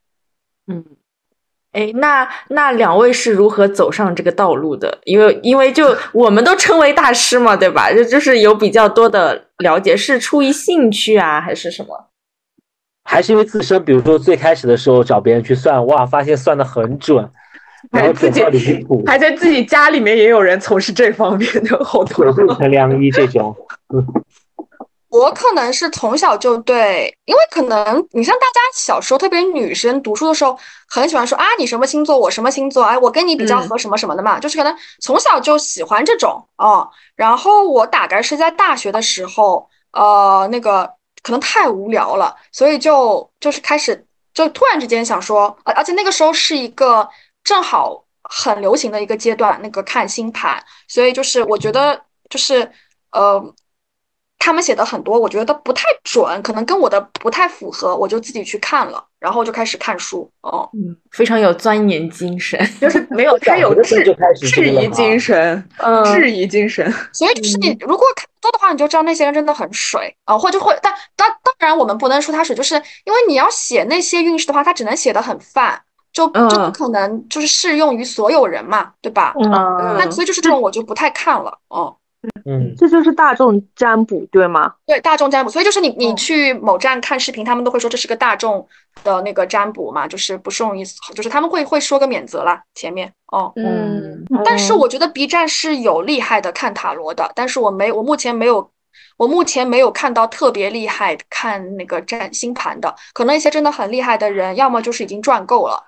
那两位是如何走上这个道路的？因为就我们都称为大师嘛，对吧？就是有比较多的了解，是出于兴趣啊，还是什么？ 还是因为自身，比如说最开始的时候找别人去算，哇，发现算得很准，然后准到离谱， 还在自己家里面也有人从事这方面的好多陈良一这种。 我可能是从小就对，因为可能你像大家小时候，特别女生读书的时候，很喜欢说你什么星座，我什么星座，我跟你比较合什么什么的嘛，就是可能从小就喜欢这种然后我大概是在大学的时候，那个可能太无聊了，所以就是开始就突然之间想说，而且那个时候是一个正好很流行的一个阶段，那个看星盘，所以就是我觉得就是他们写的很多，我觉得不太准，可能跟我的不太符合，我就自己去看了，然后就开始看书。 非常有钻研精神， 就是没有他有质疑精神，质疑精神。 所以就是你如果看多的话，你就知道那些人真的很水或者会，但当然我们不能说他水，就是因为你要写那些运势的话，他只能写得很泛，就不可能就是适用于所有人嘛，对吧？那所以就是这种我就不太看了。 这就是大众占卜对吗？ 对，大众占卜，所以就是你去某站看视频，他们都会说这是个大众的那个占卜嘛，就是不适用于，就是他们会说个免责啦前面但是我觉得 B 站是有厉害的看塔罗的，但是我目前没有看到特别厉害看那个占星盘的，可能一些真的很厉害的人，要么就是已经赚够了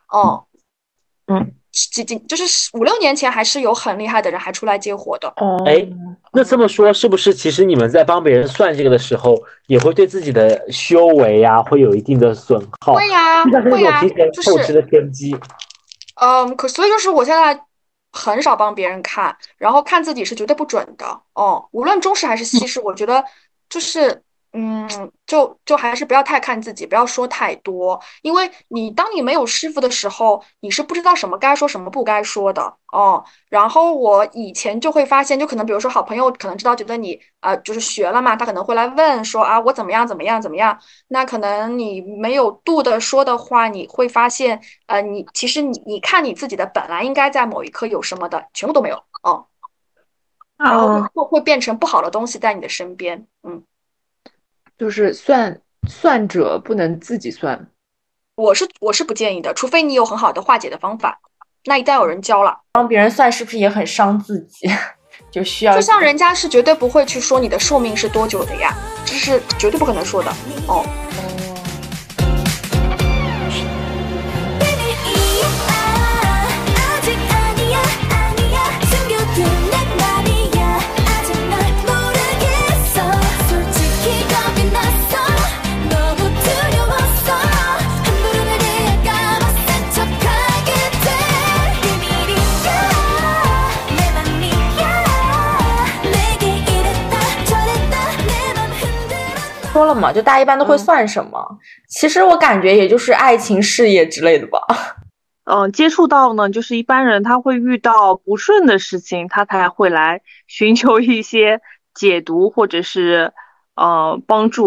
就是5、6年前还是有很厉害的人还出来接活的。 那这么说是不是其实你们在帮别人算这个的时候，也会对自己的修为会有一定的损耗？ 会呀， 就是后期的天机。 所以就是我现在很少帮别人看，然后看自己是绝对不准的无论中式还是西式，我觉得就是就还是不要太看自己，不要说太多，因为当你没有师傅的时候，你是不知道什么该说什么不该说的然后我以前就会发现，就可能比如说好朋友可能知道觉得你就是学了嘛，他可能会来问说我怎么样怎么样怎么样，那可能你没有度的说的话，你会发现其实你看你自己的本来应该在某一科有什么的，全部都没有然后会变成不好的东西在你的身边。 就是算者不能自己算， 我是不建议的，除非你有很好的化解的方法，那一旦有人教了， 帮别人算是不是也很伤自己？就像人家是绝对不会去说你的寿命是多久的呀，这是绝对不可能说的说了嘛，就大家一般都会算什么？其实我感觉也就是爱情、事业之类的吧。 接触到呢，就是一般人他会遇到不顺的事情，他才会来寻求一些解读或者是帮助。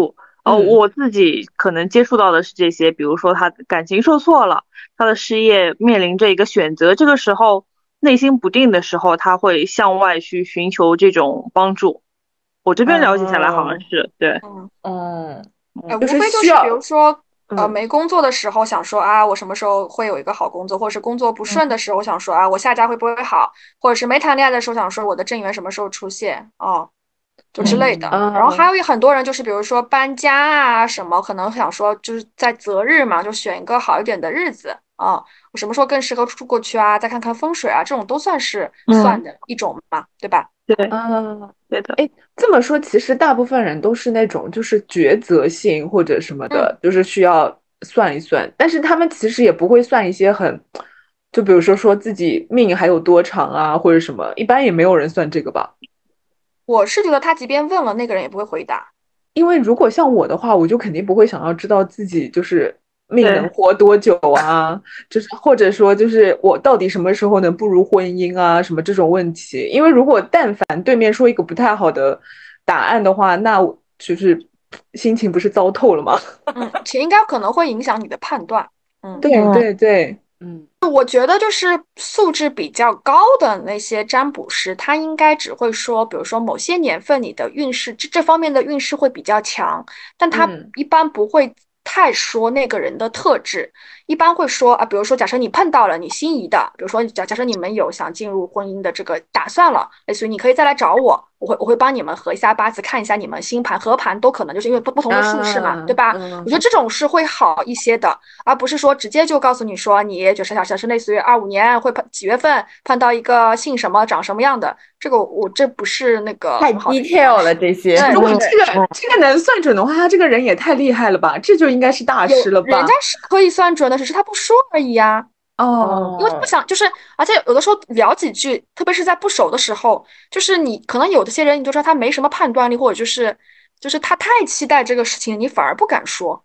我自己可能接触到的是这些，比如说他感情受挫了，他的事业面临着一个选择，这个时候内心不定的时候，他会向外去寻求这种帮助。我这边了解下来好像是对， 无非就是比如说没工作的时候想说啊，我什么时候会有一个好工作，或者是工作不顺的时候想说啊，我下家会不会好，或者是没谈恋爱的时候想说我的正缘什么时候出现就之类的。然后还有很多人就是比如说搬家啊什么，可能想说就是在择日嘛，就选一个好一点的日子我什么时候更适合出过去啊，再看看风水啊，这种都算是算的一种嘛，对吧？ 对，对的。 这么说，其实大部分人都是那种就是抉择性或者什么的，就是需要算一算，但是他们其实也不会算一些就比如说自己命还有多长啊，或者什么，一般也没有人算这个吧。 我是觉得他即便问了，那个人也不会回答， 因为如果像我的话，我就肯定不会想要知道自己就是命能活多久啊，就是或者说就是我到底什么时候能步入婚姻啊，什么这种问题。因为如果但凡对面说一个不太好的答案的话，那就是心情不是糟透了吗？ 且应该可能会影响你的判断。 对。 我觉得就是素质比较高的那些占卜师，他应该只会说，比如说某些年份你的运势这方面的运势会比较强，但他一般不会太说那个人的特质，一般会说比如说假设你碰到了你心仪的，比如说假设你们有想进入婚姻的这个打算了，类似于你可以再来找我，我会帮你们合一下八字，看一下你们星盘合盘都可能，就是因为不同的术士嘛，对吧？我觉得这种是会好一些的，而不是说直接就告诉你说你就是类似于25年会几月份碰到一个姓什么长什么样的，这不是那个太 detail 了这些。 如果这个能算准的话，他这个人也太厉害了吧，这就应该是大师了吧？ 人家是可以算准的，只是他不说而已啊。因为不想就是，而且有的时候聊几句，特别是在不熟的时候，就是你可能有的些人，你就说他没什么判断力，或者就是他太期待这个事情，你反而不敢说。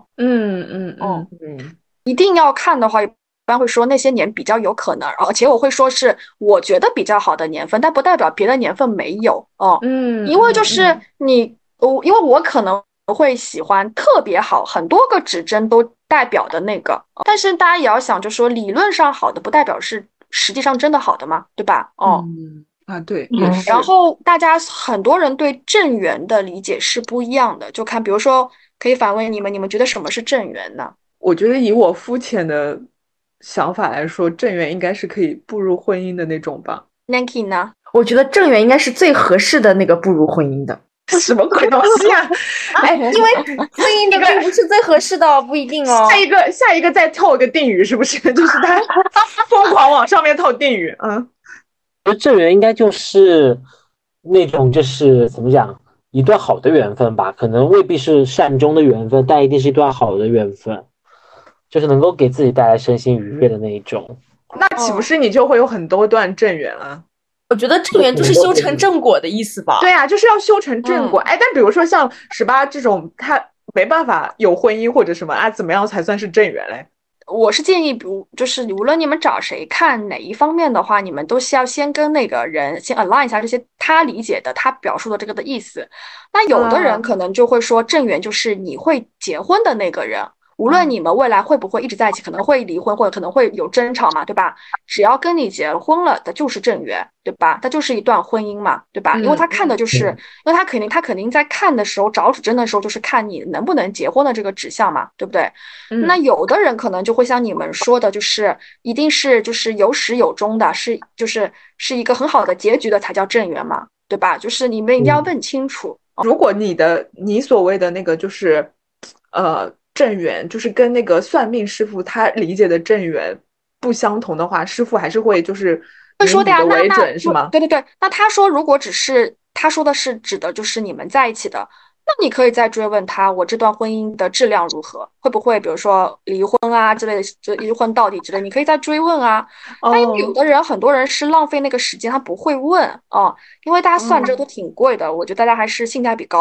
一定要看的话，一般会说那些年比较有可能，而且我会说是我觉得比较好的年份，但不代表别的年份没有因为就是因为我可能会喜欢特别好，很多个指针都代表的那个，但是大家也要想，就说理论上好的不代表是实际上真的好的嘛，对吧？ 对， 然后大家很多人对正缘的理解是不一样的，就看比如说可以反问你们觉得什么是正缘呢？ 我觉得以我肤浅的想法来说，正缘应该是可以步入婚姻的那种吧。 Nanki 呢？ 我觉得正缘应该是最合适的那个步入婚姻的。 什么鬼东西啊！ 因为婚姻的并不是最合适的，不一定哦。 下一个再套一个定语，是不是？就是他疯狂往上面套定语。 正缘应该就是那种就是怎么讲，一段好的缘分吧，可能未必是善终的缘分，但一定是一段好的缘分，就是能够给自己带来身心愉悦的那一种。 那岂不是你就会有很多段正缘啊？ 我觉得正缘就是修成正果的意思吧。 对啊，就是要修成正果。但比如说像18这种，他没办法有婚姻或者什么怎么样才算是正缘嘞？ 我是建议，就是无论你们找谁看哪一方面的话，你们都需要先跟那个人先 align 一下这些他理解的、他表述的这个的意思。那有的人可能就会说，正缘就是你会结婚的那个人。无论你们未来会不会一直在一起，可能会离婚或者可能会有争吵嘛，对吧？只要跟你结婚了的就是正缘，对吧？它就是一段婚姻嘛，对吧？因为他看的就是，因为他肯定在看的时候找指针的时候，就是看你能不能结婚的这个指向嘛，对不对？那有的人可能就会像你们说的，就是一定是就是有始有终的，是一个很好的结局的才叫正缘嘛，对吧？就是你们一定要问清楚。 如果你所谓的那个就是正缘就是跟那个算命师傅他理解的正缘不相同的话，师傅还是会就是会说的呀， 为准是吗？ 对，那他说如果只是他说的是指的就是你们在一起的，那你可以再追问他，我这段婚姻的质量如何，会不会比如说离婚啊之类的，就离婚到底之类，你可以再追问啊。但因为有的人很多人是浪费那个时间，他不会问因为大家算这都挺贵的，我觉得大家还是性价比高一点。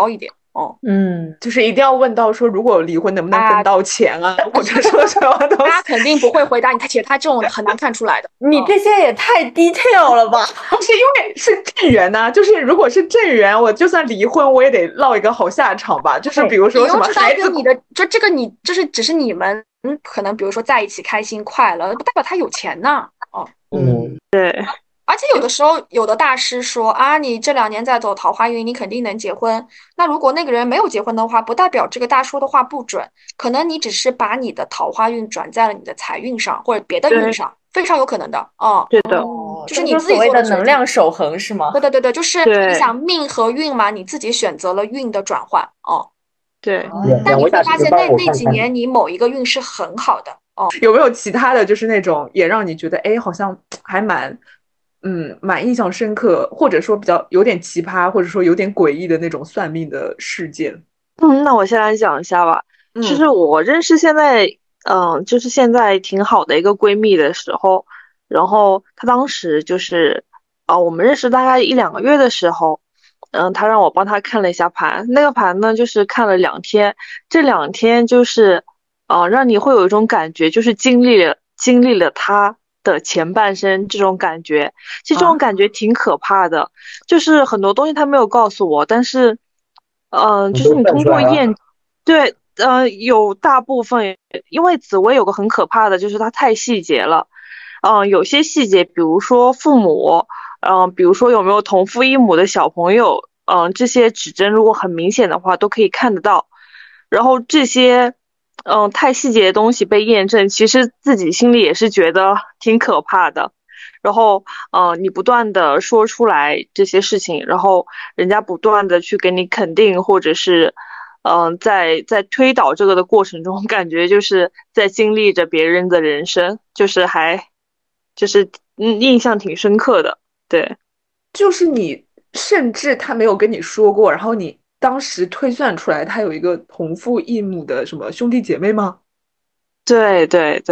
哦， 就是一定要问到说，如果离婚能不能分到钱啊，或者说什么东西？ 他肯定不会回答你，且他这种很难看出来的。 你这些也太 detail 了吧？ 不是因为是正缘呐，就是如果是正缘，我就算离婚，我也得落一个好下场吧。就是比如说什么孩子， 你的就这个你就是只是你们可能比如说在一起开心快乐，不代表他有钱呐。哦， 对。 而且有的时候，有的大师说啊，你这2年在走桃花运，你肯定能结婚。那如果那个人没有结婚的话，不代表这个大说的话不准，可能你只是把你的桃花运转在了你的财运上或者别的运上，非常有可能的。 对的， 就是你自己所谓的能量守恒是吗？ 对，就是你想命和运嘛，你自己选择了运的转换。 对。 但你会发现那几年你某一个运是很好的。 有没有其他的就是那种也让你觉得好像还蛮印象深刻，或者说比较有点奇葩，或者说有点诡异的那种算命的事件？ 那我先来讲一下吧。就是我认识现在就是现在挺好的一个闺蜜的时候，然后她当时就是我们认识大概1-2个月的时候，她让我帮她看了一下盘。那个盘呢，就是看了2天，这2天就是让你会有一种感觉，就是经历了她的前半生这种感觉。其实这种感觉挺可怕的，就是很多东西她没有告诉我，但是就是你通过对，有大部分，因为紫薇有个很可怕的，就是它太细节了。有些细节，比如说父母，比如说有没有同父异母的小朋友，这些指针如果很明显的话，都可以看得到。然后这些，太细节的东西被验证，其实自己心里也是觉得挺可怕的。然后，你不断的说出来这些事情，然后人家不断的去给你肯定，或者是，在推导这个的过程中，感觉就是在经历着别人的人生，就是印象挺深刻的。对， 就是你甚至他没有跟你说过，然后你当时推算出来他有一个同父异母的什么兄弟姐妹吗？ 对。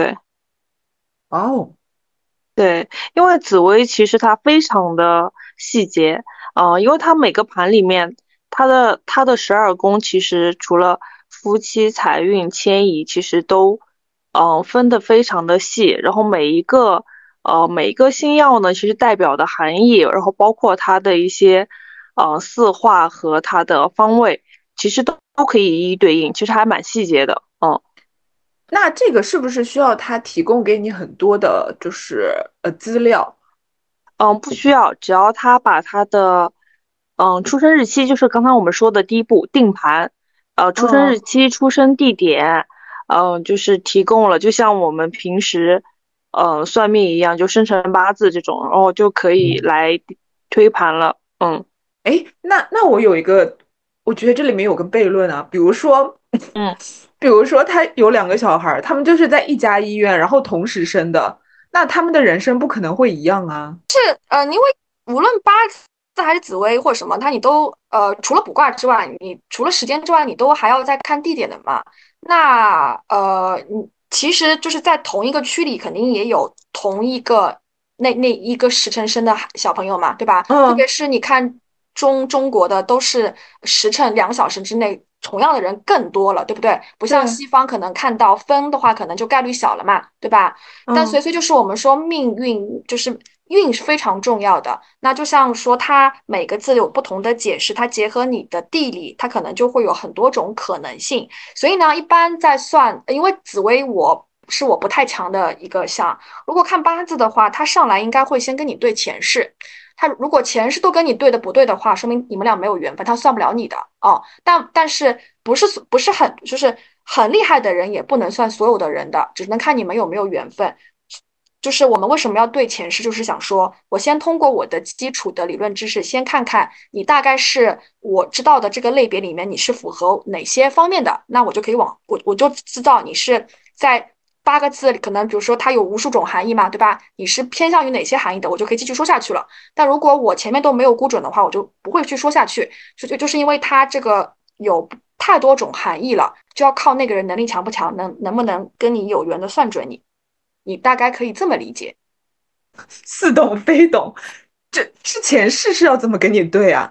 对，因为紫薇其实它非常的细节，因为它每个盘里面，它的12宫其实除了夫妻、财运、迁移，其实都分得非常的细，然后每一个星曜呢，其实代表的含义，然后包括它的一些四化和它的方位，其实都可以一一对应，其实还蛮细节的。 那这个是不是需要他提供给你很多的，就是资料？ 不需要，只要他把他的出生日期，就是刚刚我们说的第一步定盘，出生日期、出生地点，就是提供了，就像我们平时算命一样，就生辰八字这种，然后就可以来推盘了。 那我有一个，我觉得这里面有个悖论啊，比如说他有2个小孩，他们就是在一家医院，然后同时生的，那他们的人生不可能会一样啊。 因为无论八字还是紫微或者什么，你都除了卜卦之外，你除了时间之外，你都还要再看地点的嘛。那其实就是在同一个区里，肯定也有同一个那一个时辰生的小朋友嘛，对吧？特别是你看中国的都是时辰2个小时之内。同样的人更多了，对不对？不像西方可能看到分的话，可能就概率小了嘛，对吧？但所以就是我们说命运就是运是非常重要的。那就像说它每个字有不同的解释，它结合你的地理，它可能就会有很多种可能性。所以呢，一般在算，因为紫微我不太强的一个项，如果看八字的话，它上来应该会先跟你对前世。他如果前世都跟你对的不对的话，说明你们俩没有缘分，他算不了你的哦。但是不是很就是很厉害的人也不能算所有的人的，只能看你们有没有缘分。就是我们为什么要对前世，就是想说我先通过我的基础的理论知识，先看看你大概是我知道的这个类别里面你是符合哪些方面的，那我就可以我就知道你是在8个字可能比如说它有无数种含义嘛，对吧？你是偏向于哪些含义的，我就可以继续说下去了。但如果我前面都没有估准的话，我就不会去说下去。就是因为它这个有太多种含义了，就要靠那个人能力强不强，能不能跟你有缘的算准你大概可以这么理解。 似懂非懂，这之前世是要怎么跟你对啊？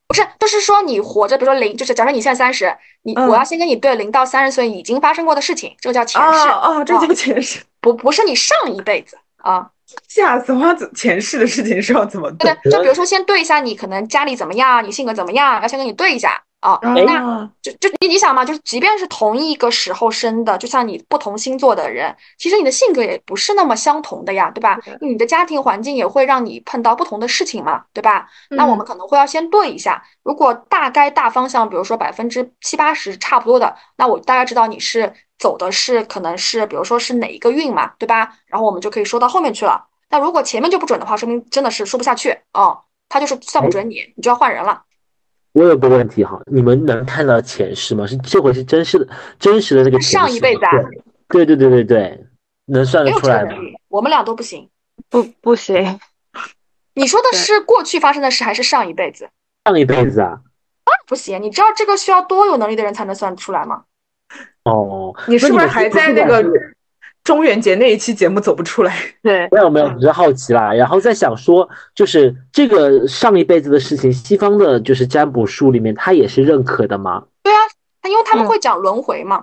不是，就是说你活着，比如说零，就是假设你现在30，我要先跟你对0到30岁已经发生过的事情，这个叫前世。 这叫前世， 不是你上一辈子啊。 吓死我！前世的事情是要怎么对？ 就比如说先对一下你可能家里怎么样，你性格怎么样，要先跟你对一下啊。那就你想嘛，就是即便是同一个时候生的，就像你不同星座的人，其实你的性格也不是那么相同的呀，对吧？你的家庭环境也会让你碰到不同的事情嘛，对吧？那我们可能会要先对一下，如果大概大方向，比如说70%-80%差不多的，那我大概知道你是走的是可能是比如说是哪一个运嘛，对吧？然后我们就可以说到后面去了。那如果前面就不准的话，说明真的是说不下去他就是算不准你就要换人了。 我有个问题哈，你们能看到前世吗？是这回是真实的这个前世上一辈子啊？ 对，能算得出来吗？ 我们俩都不行， 不行。 你说的是过去发生的事还是上一辈子？ 上一辈子啊？ 当然不行，你知道这个需要多有能力的人才能算得出来吗？ 你是不是还在那个中元节那一期节目走不出来？ 对， 没有，只是好奇啦。然后在想说，就是这个上一辈子的事情，西方的就是占卜术里面，它也是认可的吗？ 对啊，因为他们会讲轮回嘛。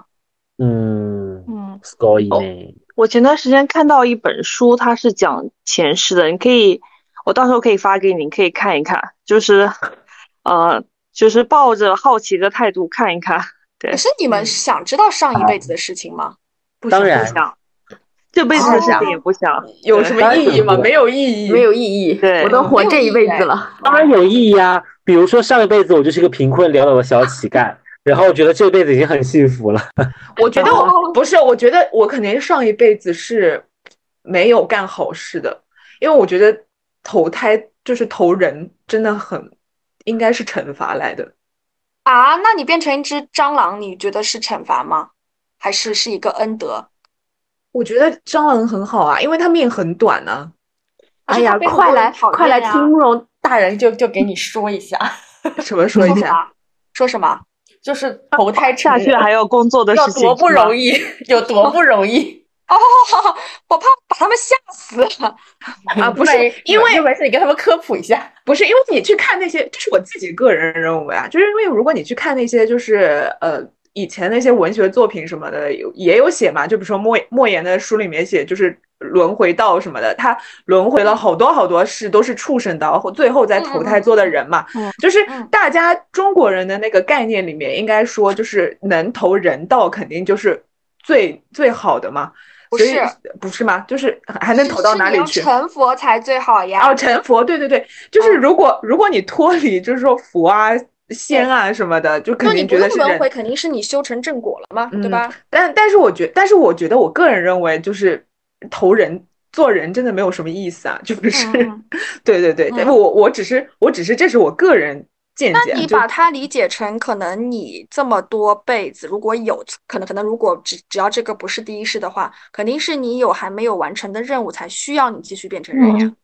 所以呢， 我前段时间看到一本书，它是讲前世的，我到时候可以发给你，可以看一看，就是抱着好奇的态度看一看。对。 可是你们想知道上一辈子的事情吗？ 当然。 这辈子的事情也不想， 有什么意义吗？没有意义， 没有意义。 对， 我都活这一辈子了， 当然有意义啊。比如说上一辈子我就是个贫困潦倒的小乞丐，然后我觉得这辈子已经很幸福了。 我觉得不是，我觉得我肯定上一辈子是没有干好事的，因为我觉得投胎就是投人，真的应该是惩罚来的啊。那你变成一只蟑螂，你觉得是惩罚吗？还是一个恩德？ 我觉得蟑螂很好啊，因为它命很短呢。 哎呀，快来听慕容大人就给你说一下。 什么说一下？ 说什么？ 就是投胎下去还要工作的事情， 有多不容易，有多不容易。 我怕把他们吓死了啊！不是，因为没事，你跟他们科普一下。 不是因为你去看那些，这是我自己个人认为啊，就是因为如果你去看那些，就是以前那些文学作品什么的也有写嘛，就比如说莫言的书里面写，就是轮回道什么的，他轮回了好多世都是畜生道，最后再投胎做的人嘛。就是大家中国人的那个概念里面，应该说就是能投人道肯定就是最好的嘛。不是吗？就是还能投到哪里去？ 成佛才最好呀。 成佛，对，就是如果你脱离，就是说佛啊、仙啊什么的，就肯定觉得是轮回，肯定是你修成正果了嘛，对吧？ 但是我觉得，我个人认为，就是做人真的没有什么意思啊，就是对，我只是这是我个人见解。 那你把它理解成，可能你这么多辈子，如果有可能如果只要这个不是第一世的话，肯定是你有还没有完成的任务，才需要你继续变成人呀。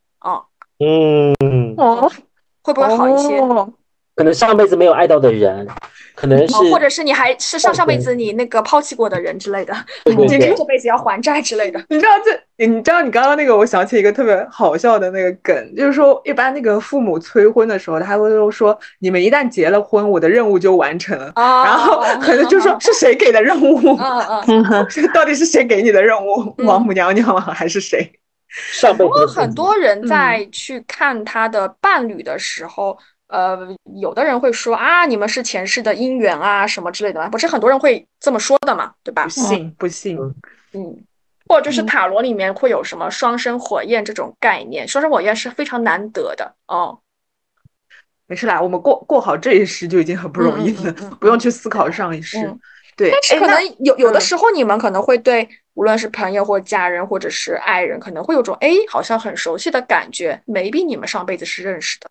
会不会好一些？ 可能上辈子没有爱到的人，可能是， 或者是你还是上辈子你那个抛弃过的人之类的，你这辈子要还债之类的。 你知道你刚刚那个，我想起一个特别好笑的那个梗，就是说一般那个父母催婚的时候，他会说你们一旦结了婚，我的任务就完成了。然后可能就说是谁给的任务？到底是谁给你的任务？王母娘娘吗？还是谁？ 不过很多人在去看他的伴侣的时候。有的人会说啊，你们是前世的姻缘啊，什么之类的，不是很多人会这么说的嘛，对吧？ 不信， 或者就是塔罗里面会有什么双生火焰这种概念，双生火焰是非常难得的没事啦，我们过好这一世就已经很不容易了，不用去思考上一世。对， 但是可能有的时候你们可能会对无论是朋友或家人或者是爱人，可能会有种好像很熟悉的感觉，maybe你们上辈子是认识的。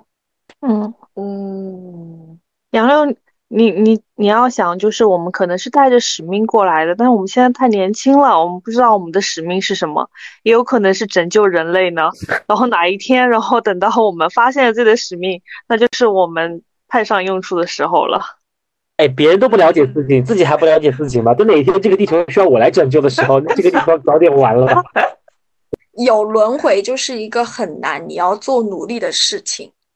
杨六，你要想，就是我们可能是带着使命过来的，但是我们现在太年轻了，我们不知道我们的使命是什么，也有可能是拯救人类呢。然后哪一天，然后等到我们发现了自己的使命，那就是我们派上用处的时候了。 别人都不了解自己，自己还不了解自己吗？等哪一天这个地球需要我来拯救的时候，这个地方早点完了。 有轮回就是一个很难，你要做努力的事情。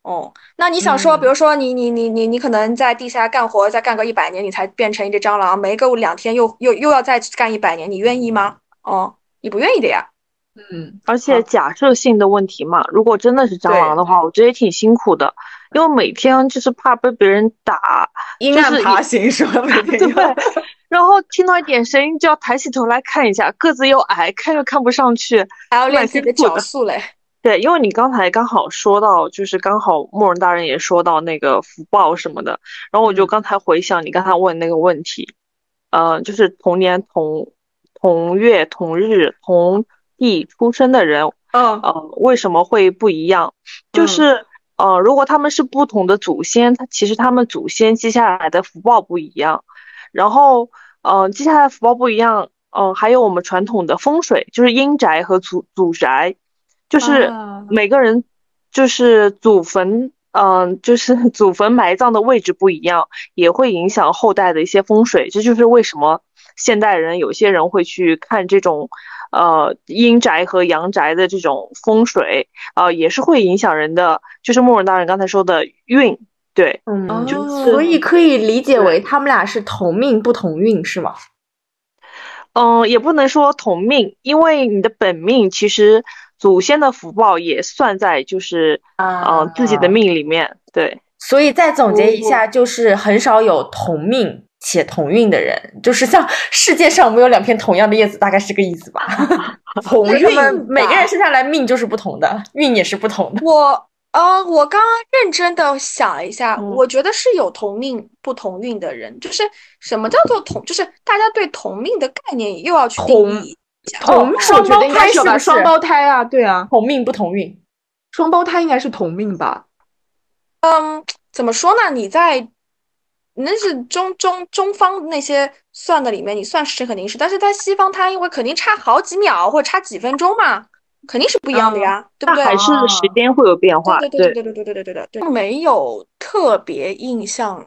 哦，那你想说，比如说你可能在地下干活，再干个100年，你才变成一只蟑螂，没个2天又要再干100年，你愿意吗？哦，你不愿意的呀。 而且假设性的问题嘛，如果真的是蟑螂的话，我觉得也挺辛苦的，因为每天就是怕被别人打， 阴暗爬行是吧？每天对，然后听到一点声音就要抬起头来看一下，个子又矮，看又看不上去， 还要练自己的脚速嘞。 对，因为你刚才刚好说到，就是刚好慕容大人也说到那个福报什么的，然后我就刚才回想你刚才问那个问题，就是同年同月同日同地出生的人，为什么会不一样？就是如果他们是不同的祖先，其实他们祖先记下来的福报不一样，然后记下来的福报不一样，还有我们传统的风水，就是阴宅和祖宅。就是每个人就是祖坟埋葬的位置不一样，也会影响后代的一些风水。这就是为什么现代人有些人会去看这种阴宅和阳宅的这种风水，也是会影响人的，就是慕容大人刚才说的运。对， 所以可以理解为他们俩是同命不同运是吗？ 也不能说同命，因为你的本命其实祖先的福报也算在就是自己的命里面。对， 所以再总结一下，就是很少有同命且同运的人，就是像世界上没有2片同样的叶子，大概是个意思吧。同运，每个人生下来命就是不同的，运也是不同的。 我刚刚认真的想了一下，我觉得是有同命不同运的人，就是什么叫做同，就是大家对同命的概念又要去定义一下。 双胞胎是吧？双胞胎啊，对啊， 同命不同运， 双胞胎应该是同命吧？ 怎么说呢？那是中方那些算的里面，你算时辰肯定是，但是在西方它因为肯定差好几秒或者差几分钟嘛。肯定是不一样的呀，对不对？ 还是时间会有变化。 对，没有特别印象，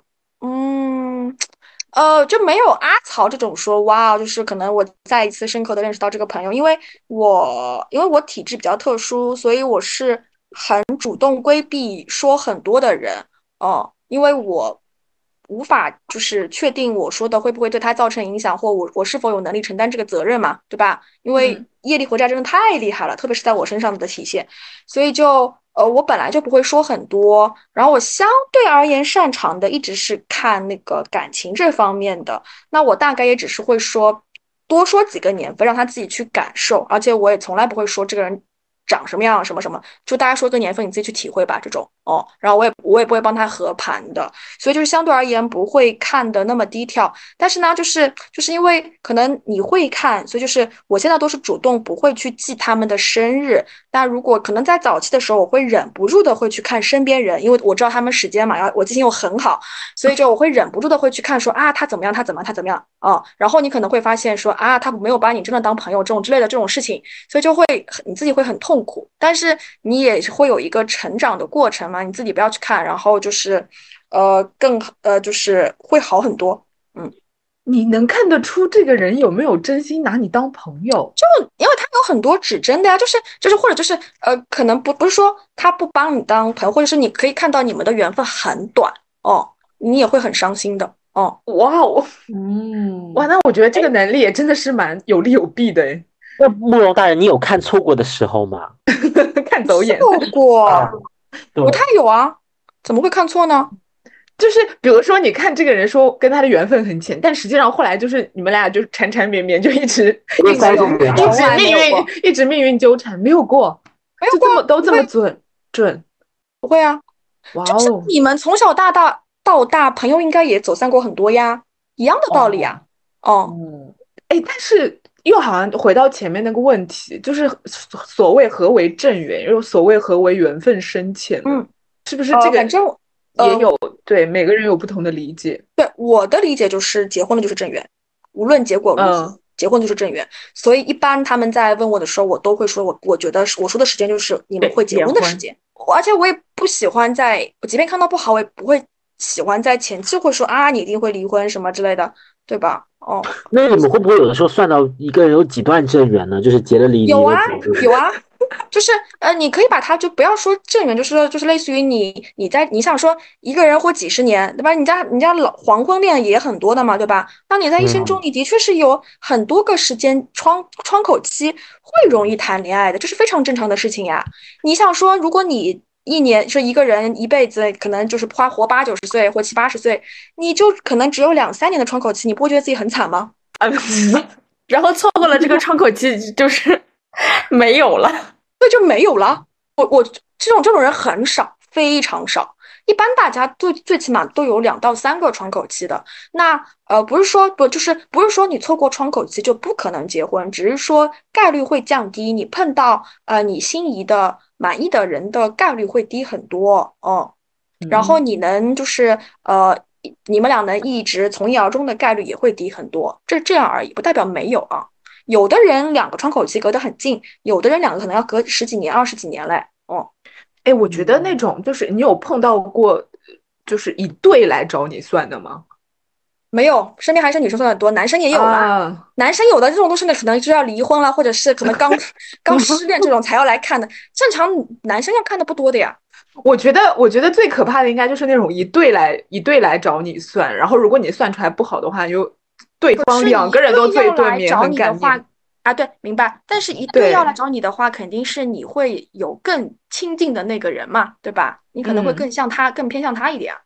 就没有阿曹这种说哇，就是可能我再一次深刻的认识到这个朋友，因为我体质比较特殊，所以我是很主动规避说很多的人，因为我无法就是确定我说的会不会对他造成影响，或我是否有能力承担这个责任嘛，对吧？因为业力活债真的太厉害了，特别是在我身上的体现，所以就我本来就不会说很多，然后我相对而言擅长的一直是看那个感情这方面的，那我大概也只是会说多说几个年份让他自己去感受，而且我也从来不会说这个人长什么样什么什么，就大家说个年份你自己去体会吧这种然后我也不会帮他合盘的，所以就是相对而言不会看的那么低调，但是呢就是因为可能你会看，所以就是我现在都是主动不会去记他们的生日，但如果可能在早期的时候我会忍不住的会去看身边人，因为我知道他们时间嘛，我记性又很好，所以就我会忍不住的会去看说他怎么样然后你可能会发现说他没有把你真的当朋友这种之类的这种事情，所以就会你自己会很痛苦，但是你也会有一个成长的过程嘛，你自己不要去看，然后就是就是会好很多。 你能看得出这个人有没有真心拿你当朋友？ 就因为他有很多指针的呀，就是或者就是可能不是说他不帮你当朋友，或者是你可以看到你们的缘分很短你也会很伤心的哇，那我觉得这个能力也真的是蛮有利有弊的诶。 那慕容大人，你有看错过的时候吗？ 看走眼， 错过不太有啊，怎么会看错呢？ 就是比如说，你看这个人说跟他的缘分很浅，但实际上后来就是你们俩就缠缠绵绵，就一直命运纠缠，没有过，都这么准， 不会啊，就是你们从小到大朋友应该也走散过很多呀，一样的道理啊。 但是又好像回到前面那个问题，就是所谓何为正缘，又所谓何为缘分深浅，是不是这个？ 反正也有对每个人有不同的理解。 对我的理解就是结婚了就是正缘，无论结果如何，结婚就是正缘。所以一般他们在问我的时候，我都会说我觉得我说的时间就是你们会结婚的时间。而且我也不喜欢我即便看到不好，我也不会喜欢在前期会说你一定会离婚什么之类的，对吧？ 那你们会不会有的时候算到一个人有几段正缘呢？就是结了离， 有啊， 就是你可以把它就不要说正缘，就是类似于你想说一个人活几十年，对吧？你家老黄昏恋也很多的嘛，对吧？那你在一生中，你的确是有很多个时间窗口期会容易谈恋爱的，这是非常正常的事情呀。你想说，如果你一年是一个人一辈子可能就是活80-90岁或70-80岁，你就可能只有2-3年的窗口期，你不会觉得自己很惨吗？ 然后错过了这个窗口期，就是没有了。 对，就没有了。我这种人很少，非常少。一般大家最起码都有2到3个窗口期的。那不是说你错过窗口期就不可能结婚，只是说概率会降低，你碰到你心仪的满意的人的概率会低很多哦。然后你能就是你们俩能一直从一而终的概率也会低很多，这样而已，不代表没有啊。有的人2个窗口期隔得很近，有的人2个可能要隔10几年、20几年嘞。哦， 哎，我觉得那种就是你有碰到过，就是以对来找你算的吗？ 没有，身边还是女生算的多，男生也有啦。男生有的这种都是可能就要离婚了，或者是可能刚失恋这种才要来看的。正常男生要看的不多的呀。 我觉得最可怕的应该就是那种一对来找你算，然后如果你算出来不好的话，就对方2个人都对面很干净啊。对，明白。但是一对要来找你的话，肯定是你会有更亲近的那个人嘛，对吧？你可能会更偏向他一点。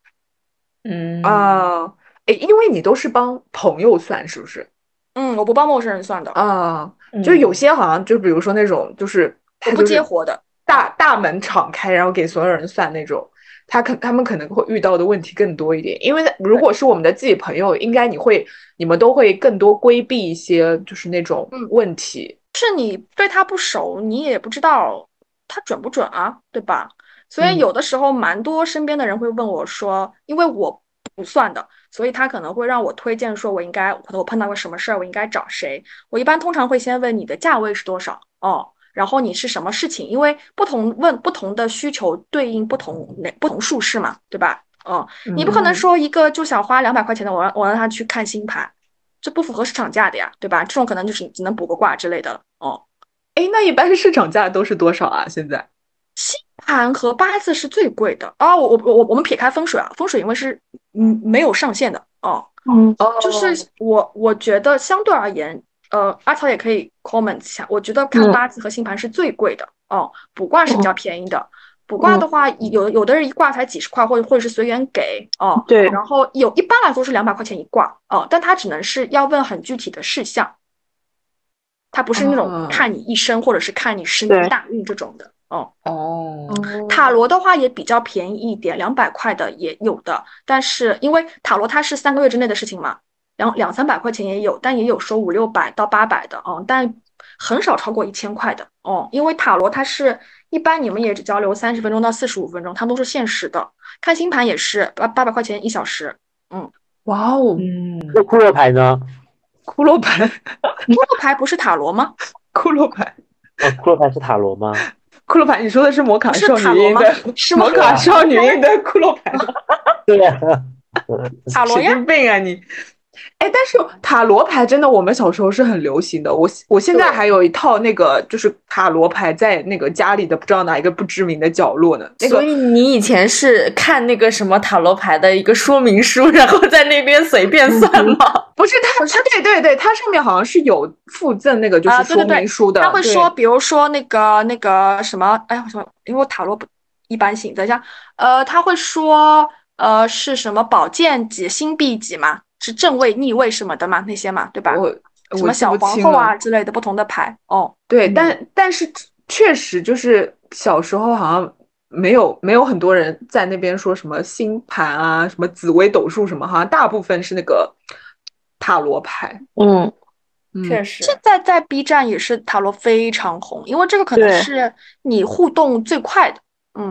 因为你都是帮朋友算，是不是？ 我不帮陌生人算的就是有些好像就比如说那种就是我不接活的。 大门敞开，然后给所有人算那种，他们可能会遇到的问题更多一点。因为如果是我们的自己朋友，应该你们都会更多规避一些，就是那种问题。 是你对他不熟，你也不知道他准不准啊，对吧？所以有的时候蛮多身边的人会问我说，因为我不算的，所以他可能会让我推荐说我碰到过什么事儿，我应该找谁。我一般通常会先问你的价位是多少然后你是什么事情？因为不同的需求对应不同术式嘛，对吧？你不可能说一个就想花200块钱的，我让他去看星盘，这不符合市场价的呀，对吧？这种可能就是只能卜个卦之类的那一般市场价都是多少啊？现在星盘和八字是最贵的啊！我们撇开风水啊，风水因为是没有上限的就是我觉得相对而言。阿草也可以 comment 一下，我觉得看八字和星盘是最贵的卜卦是比较便宜的。卜卦的话，有的人一卦才几十块，或者是随缘给对。 然后一般来说是200块钱一卦但它只能是要问很具体的事项，它不是那种看你一生或者是看你10年大运这种的塔罗的话也比较便宜一点，200块的也有的，但是因为塔罗它是3个月之内的事情嘛。200-300块钱也有，但也有收500-600到800的但很少超过1000块的因为塔罗它是一般你们也只交流30分钟到45分钟，它都是限时的。看星盘也是800块钱1小时。 哇哦， 那骷髅牌呢？ 骷髅牌不是塔罗吗？ 骷髅牌骷髅牌是塔罗吗？ 骷髅牌，你说的是摩卡少女印的摩卡少女印的骷髅牌？ 对呀， 塔罗呀， 神经病啊你！但是塔罗牌真的，我们小时候是很流行的。我现在还有一套那个就是塔罗牌在那个家里的不知道哪一个不知名的角落呢。 所以你以前是看那个什么塔罗牌的一个说明书，然后在那边随便算吗？ 不是，它对，它上面好像是有附赠那个就是说明书的。 他会说，比如说那个什么，因为我塔罗不一般性，等一下，他会说是什么宝剑几、星币几嘛。是正位、逆位什么的嘛，那些嘛，对吧？什么小皇后啊之类的不同的牌对，但是确实就是小时候好像没有很多人在那边说什么星盘啊、什么紫微斗数什么，好像大部分是那个塔罗牌。 确实。 现在在 B 站也是塔罗非常红，因为这个可能是你互动最快的。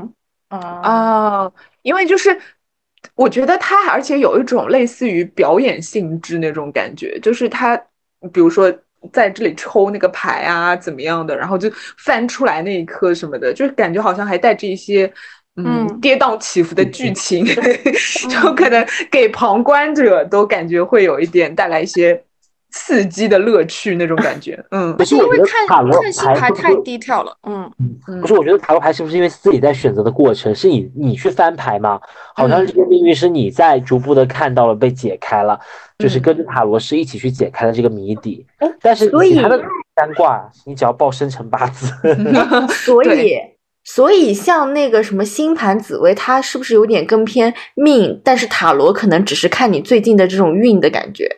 因为就是我觉得它而且有一种类似于表演性质那种感觉，就是它比如说在这里抽那个牌啊怎么样的，然后就翻出来那一刻什么的，就是感觉好像还带着一些跌宕起伏的剧情，就可能给旁观者都感觉会有一点带来一些刺激的乐趣那种感觉。 可是我觉得看星牌太低调了。 不是，我觉得塔罗牌是不是因为自己在选择的过程，是你去翻牌嘛？好像这个命运是你在逐步的看到了被解开了，就是跟着塔罗师一起去解开了这个谜底。但是其他的占卦，你只要报生辰八字。 所以像那个什么星盘紫微，它是不是有点更偏命？但是塔罗可能只是看你最近的这种运的感觉。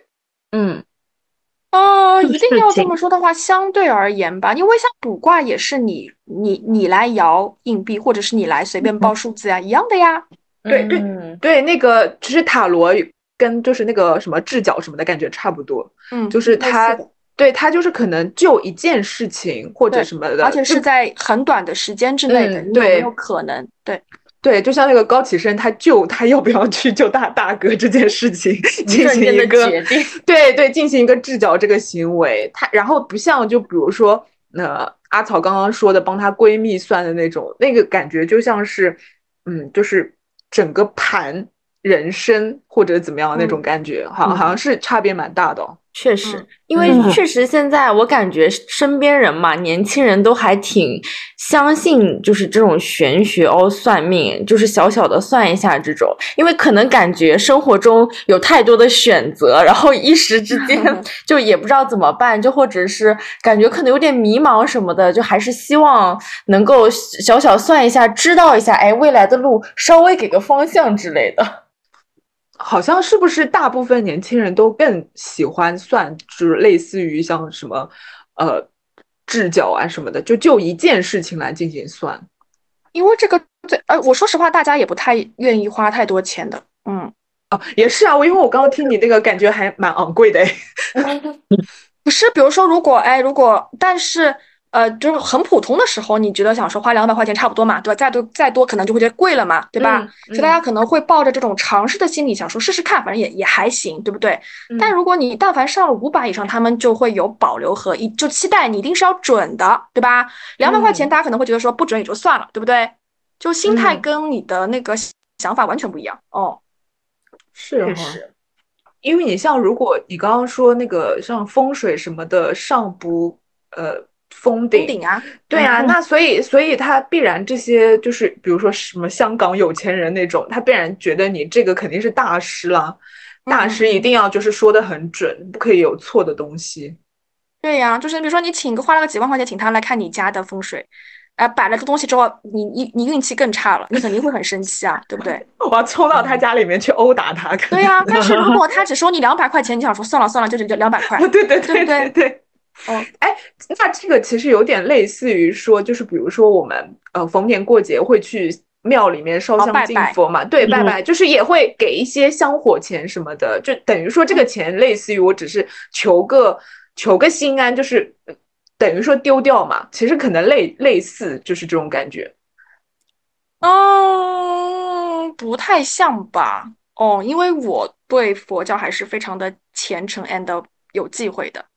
一定要这么说的话，相对而言吧，因为像卜卦也是你来摇硬币，或者是你来随便报数字呀，一样的呀。 对，那个其实塔罗跟就是那个什么制角什么的感觉差不多。就是它。对，它就是可能就一件事情或者什么的， 而且是在很短的时间之内的，你有没有可能？ 对，就像那个高启盛，他要不要去救大哥这件事情进行一个决定， 对，进行一个制角这个行为，然后不像就比如说阿草刚刚说的帮她闺蜜算的那种，那个感觉就像是就是整个盘人生或者怎么样的那种感觉，好像是差别蛮大的。 确实，因为确实现在我感觉身边人嘛，年轻人都还挺相信就是这种玄学算命，就是小小的算一下这种，因为可能感觉生活中有太多的选择，然后一时之间就也不知道怎么办，就或者是感觉可能有点迷茫什么的，就还是希望能够小小算一下，知道一下，未来的路稍微给个方向之类的。 好像是不是大部分年轻人都更喜欢算，就是类似于像什么制角啊什么的，就一件事情来进行算， 因为这个我说实话，大家也不太愿意花太多钱的。 也是啊，因为我刚刚听你那个感觉还蛮昂贵的。 不是，比如说如果但是。就是很普通的时候，你觉得想说花200块钱差不多嘛，对吧？再多可能就会觉得贵了嘛，对吧？所以大家可能会抱着这种尝试的心理，想说试试看，反正也还行，对不对？但如果你但凡上了500以上，他们就会有保留和就期待你一定是要准的，对吧？200块钱，大家可能会觉得说不准也就算了，对不对？就心态跟你的那个想法完全不一样。 是，因为你像如果你刚刚说那个像风水什么的上不封顶啊， 对啊，那所以他必然这些就是比如说什么香港有钱人那种，他必然觉得你这个肯定是大师啦，大师一定要就是说的很准，不可以有错的东西。 对呀，就是比如说你花了个几万块钱请他来看你家的风水，摆了个东西之后，你运气更差了，你肯定会很生气啊，对不对？ 我要冲到他家里面去殴打他。 对呀，但是如果他只收你200块钱，你想说算了，就是200块。 对。那这个其实有点类似于说，就是比如说我们逢年过节会去庙里面烧香敬佛嘛，对，拜拜，就是也会给一些香火钱什么的，就等于说这个钱类似于我只是求个心安，就是等于说丢掉嘛，其实可能类似就是这种感觉。 不太像吧？因为我对佛教还是非常的虔诚 and 有忌讳的。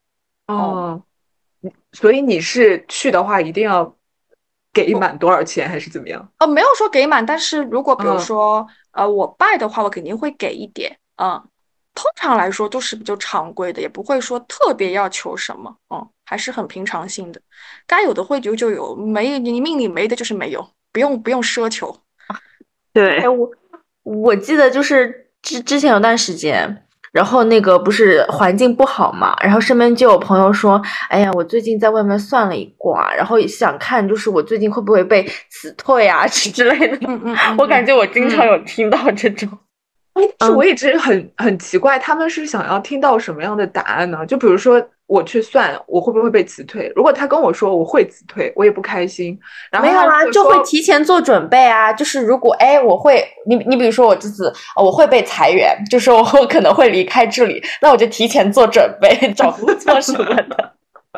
所以你是去的话一定要给满多少钱还是怎么样？ 没有说给满，但是如果比如说我拜的话，我肯定会给一点。通常来说都是比较常规的，也不会说特别要求什么。还是很平常心的，该有的会就有，没你命里没的就是没有，不用奢求。 对， 我记得就是之前有段时间。然后那个不是环境不好嘛，然后身边就有朋友说，哎呀，我最近在外面算了一卦，然后想看就是我最近会不会被辞退啊之类的。我感觉我经常有听到这种。 但是我一直很奇怪，他们是想要听到什么样的答案呢？就比如说我去算我会不会被辞退，如果他跟我说我会辞退，我也不开心。然后没有啊，就会提前做准备啊。就是如果我会你比如说我这次我会被裁员，就是我可能会离开这里，那我就提前做准备，找工作什么的。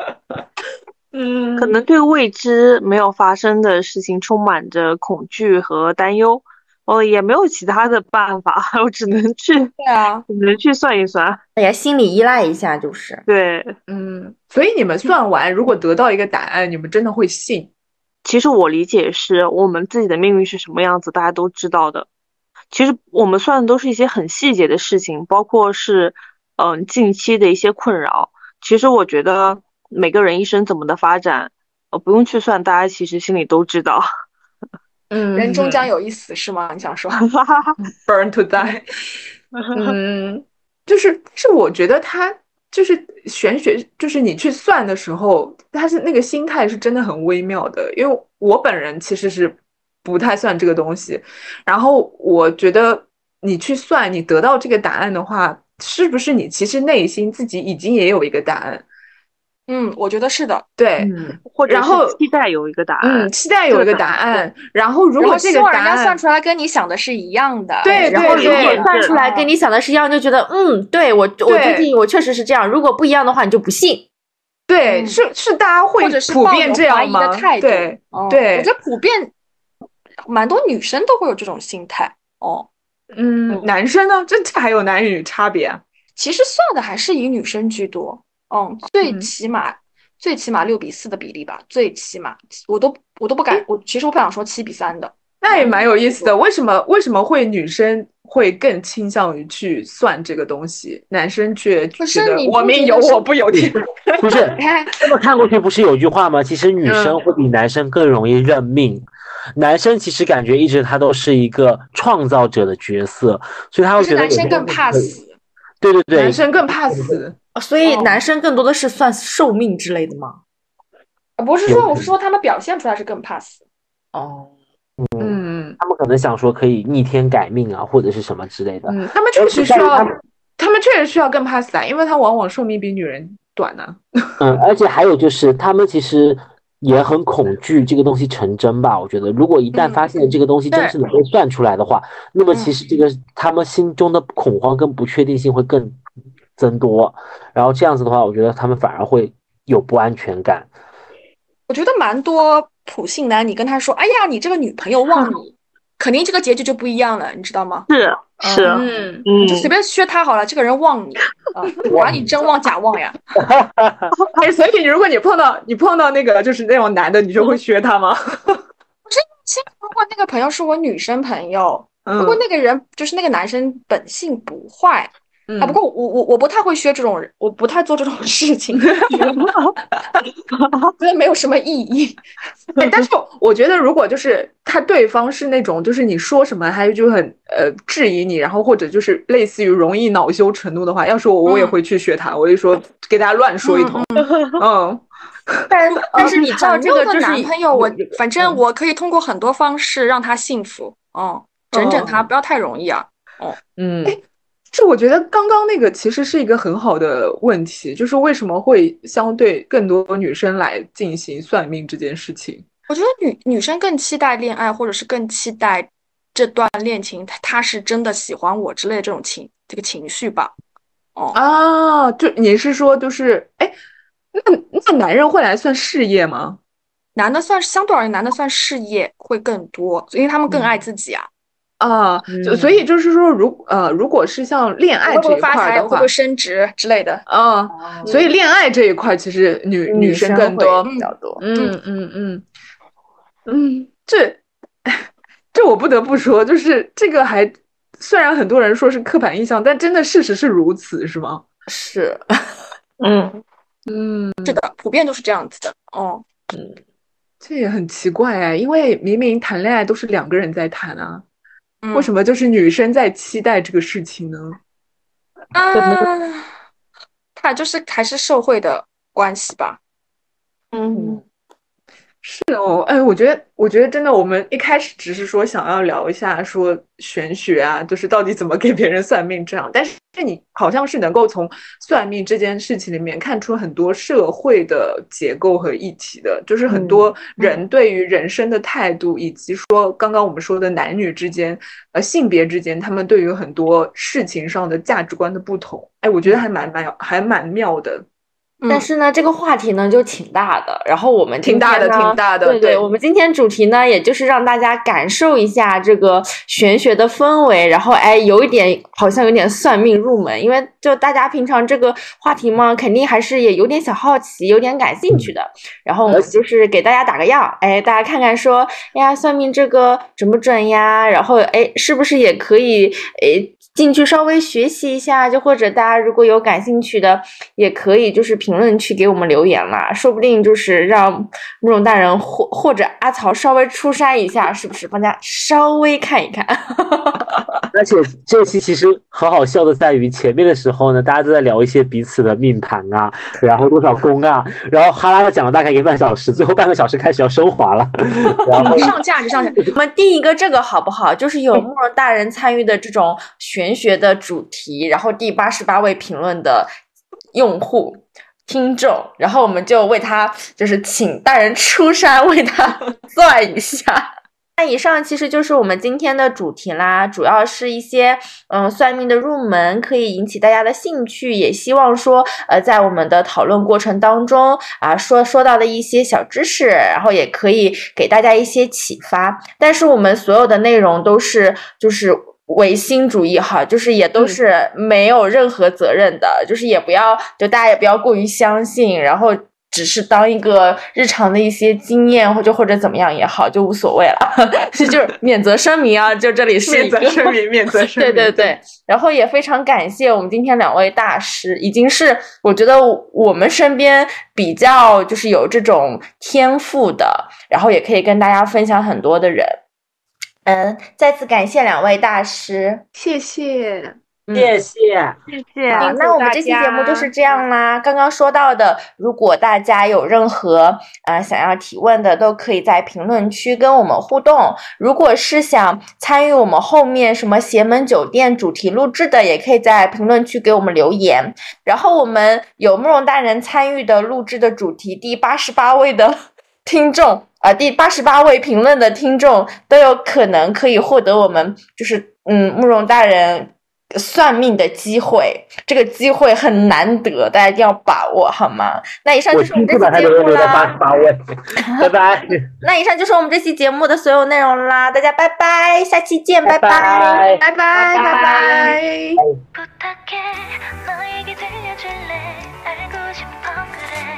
可能对未知没有发生的事情充满着恐惧和担忧。也没有其他的办法，我只能去， 对啊， 只能去算一算。 哎呀，心理依赖一下就是。 对， 所以你们算完，如果得到一个答案，你们真的会信？ 其实我理解是我们自己的命运是什么样子，大家都知道的。其实我们算的都是一些很细节的事情，包括是近期的一些困扰， 其实我觉得每个人一生怎么的发展，不用去算，大家其实心里都知道。 人终将有一死是吗？你想说 burn to die？ 就是我觉得他就是玄学，就是你去算的时候，他是那个心态是真的很微妙的。因为我本人其实是不太算这个东西，然后我觉得你去算，你得到这个答案的话，是不是你其实内心自己已经也有一个答案？ 我觉得是的， 对， 或者是期待有一个答案， 期待有一个答案，然后如果这个答案人家算出来跟你想的是一样的， 对， 然后如果算出来跟你想的是一样，就觉得对我最近我确实是这样，如果不一样的话，你就不信。 对，是大家会普遍这样吗？对， 我觉得普遍蛮多女生都会有这种心态哦。 男生呢？这还有男女差别啊？ 其实算的还是以女生居多。最起码6:4的比例吧，最起码我都不敢，其实我不想说7:3的， 那也蛮有意思的。为什么会女生会更倾向于去算这个东西，男生却觉得我命由我不由天？ 不是，这么看过去不是有句话吗？其实女生会比男生更容易认命。男生其实感觉一直他都是一个创造者的角色，所以他会觉得男生更怕死。 对， 男生更怕死。 所以男生更多的是算寿命之类的吗？ 不是说，我是说他们表现出来是更怕死。 他们可能想说可以逆天改命啊，或者是什么之类的。 他们确实需要更怕死啊，因为他往往寿命比女人短呢。 而且还有就是他们其实也很恐惧这个东西成真吧。我觉得如果一旦发现这个东西真是能被算出来的话，那么其实这个他们心中的恐慌跟不确定性会更增多，然后这样子的话，我觉得他们反而会有不安全感。 我觉得蛮多普信男，你跟他说，哎呀，你这个女朋友忘你，肯定这个结局就不一样了，你知道吗？ 是， 你就随便削他好了，这个人忘你管你真忘假忘呀。 所以如果你碰到那个就是那种男的，你就会削他吗？ 如果那个朋友是我女生朋友，如果那个人就是那个男生本性不坏。不过我不太会削这种人，我不太做这种事情，觉得没有什么意义。 但是我觉得，如果就是他对方是那种，就是你说什么，他就很质疑你，然后或者就是类似于容易恼羞成怒的话，要是我也会去削他，我就说给大家乱说一通。 但是你知道这个就是男朋友，反正我可以通过很多方式让他幸福。整他，不要太容易啊。 是我觉得刚刚那个其实是一个很好的问题，就是为什么会相对更多女生来进行算命这件事情？ 我觉得女生更期待恋爱，或者是更期待这段恋情他是真的喜欢我之类的这个情绪吧。 就你是说就是那男人会来算事业吗？ 男的相对而言，男的算事业会更多，因为他们更爱自己啊。 所以就是说，如果是像恋爱这一块的话， 会不会升职之类的？ 所以恋爱这一块其实女生更多比较多。 这我不得不说，就是这个还虽然很多人说是刻板印象，但真的事实是如此，是吗？ 是， 是的，普遍都是这样子的。 这也很奇怪哎，因为明明谈恋爱都是两个人在谈啊。为什么就是女生在期待这个事情呢？ 它就是还是社会的关系吧。 是哦，我觉得真的，我们一开始只是说想要聊一下说玄学啊，就是到底怎么给别人算命这样，但是你好像是能够从算命这件事情里面看出很多社会的结构和议题的，就是很多人对于人生的态度，以及说刚刚我们说的男女之间、性别之间，他们对于很多事情上的价值观的不同，我觉得还蛮妙的。 但是呢，这个话题呢就挺大的，然后我们挺大的， 对，我们今天主题呢，也就是让大家感受一下这个玄学的氛围，然后好像有点算命入门，因为就大家平常这个话题嘛，肯定还是也有点小好奇，有点感兴趣的。然后我们就是给大家打个样，大家看看说，算命这个准不准呀？然后是不是也可以进去稍微学习一下，就或者大家如果有感兴趣的，也可以就是评论区给我们留言啦，说不定就是让慕容大人或者阿曹稍微出山一下，是不是？帮大家稍微看一看。 而且这期其实很好笑的在于前面的时候呢，大家都在聊一些彼此的命盘啊，然后多少宫啊，然后哈拉讲了大概1个半小时，最后半个小时开始要升华了，然后上价值上价值。 我们第一个这个好不好？就是有慕容大人参与的这种玄学的主题，然后第88位评论的用户听众，然后我们就为他就是请大人出山为他算一下。那以上其实就是我们今天的主题啦，主要是一些算命的入门，可以引起大家的兴趣，也希望说在我们的讨论过程当中啊说到的一些小知识，然后也可以给大家一些启发。但是我们所有的内容都是就是唯心主义哈，就是也都是没有任何责任的，就是也不要就大家也不要过于相信，然后只是当一个日常的一些经验或者怎么样也好，就无所谓了。就是免责声明啊，就这里是一个免责声明。 对。然后也非常感谢我们今天2位大师，已经是我觉得我们身边比较就是有这种天赋的，然后也可以跟大家分享很多的人。再次感谢2位大师， 谢谢。 谢谢。 好，那我们这期节目就是这样啦。刚刚说到的，如果大家有任何想要提问的，都可以在评论区跟我们互动。如果是想参与我们后面什么邪门酒店主题录制的，也可以在评论区给我们留言。然后我们有慕容大人参与的录制的主题，第88位的听众第88位评论的听众都有可能可以获得我们就是慕容大人算命的机会，这个机会很难得，大家一定要把握好吗？那以上就是我们这期节目啦， 拜拜。 那以上就是我们这期节目的所有内容啦，大家拜拜，下期见，拜拜， 拜拜，拜拜。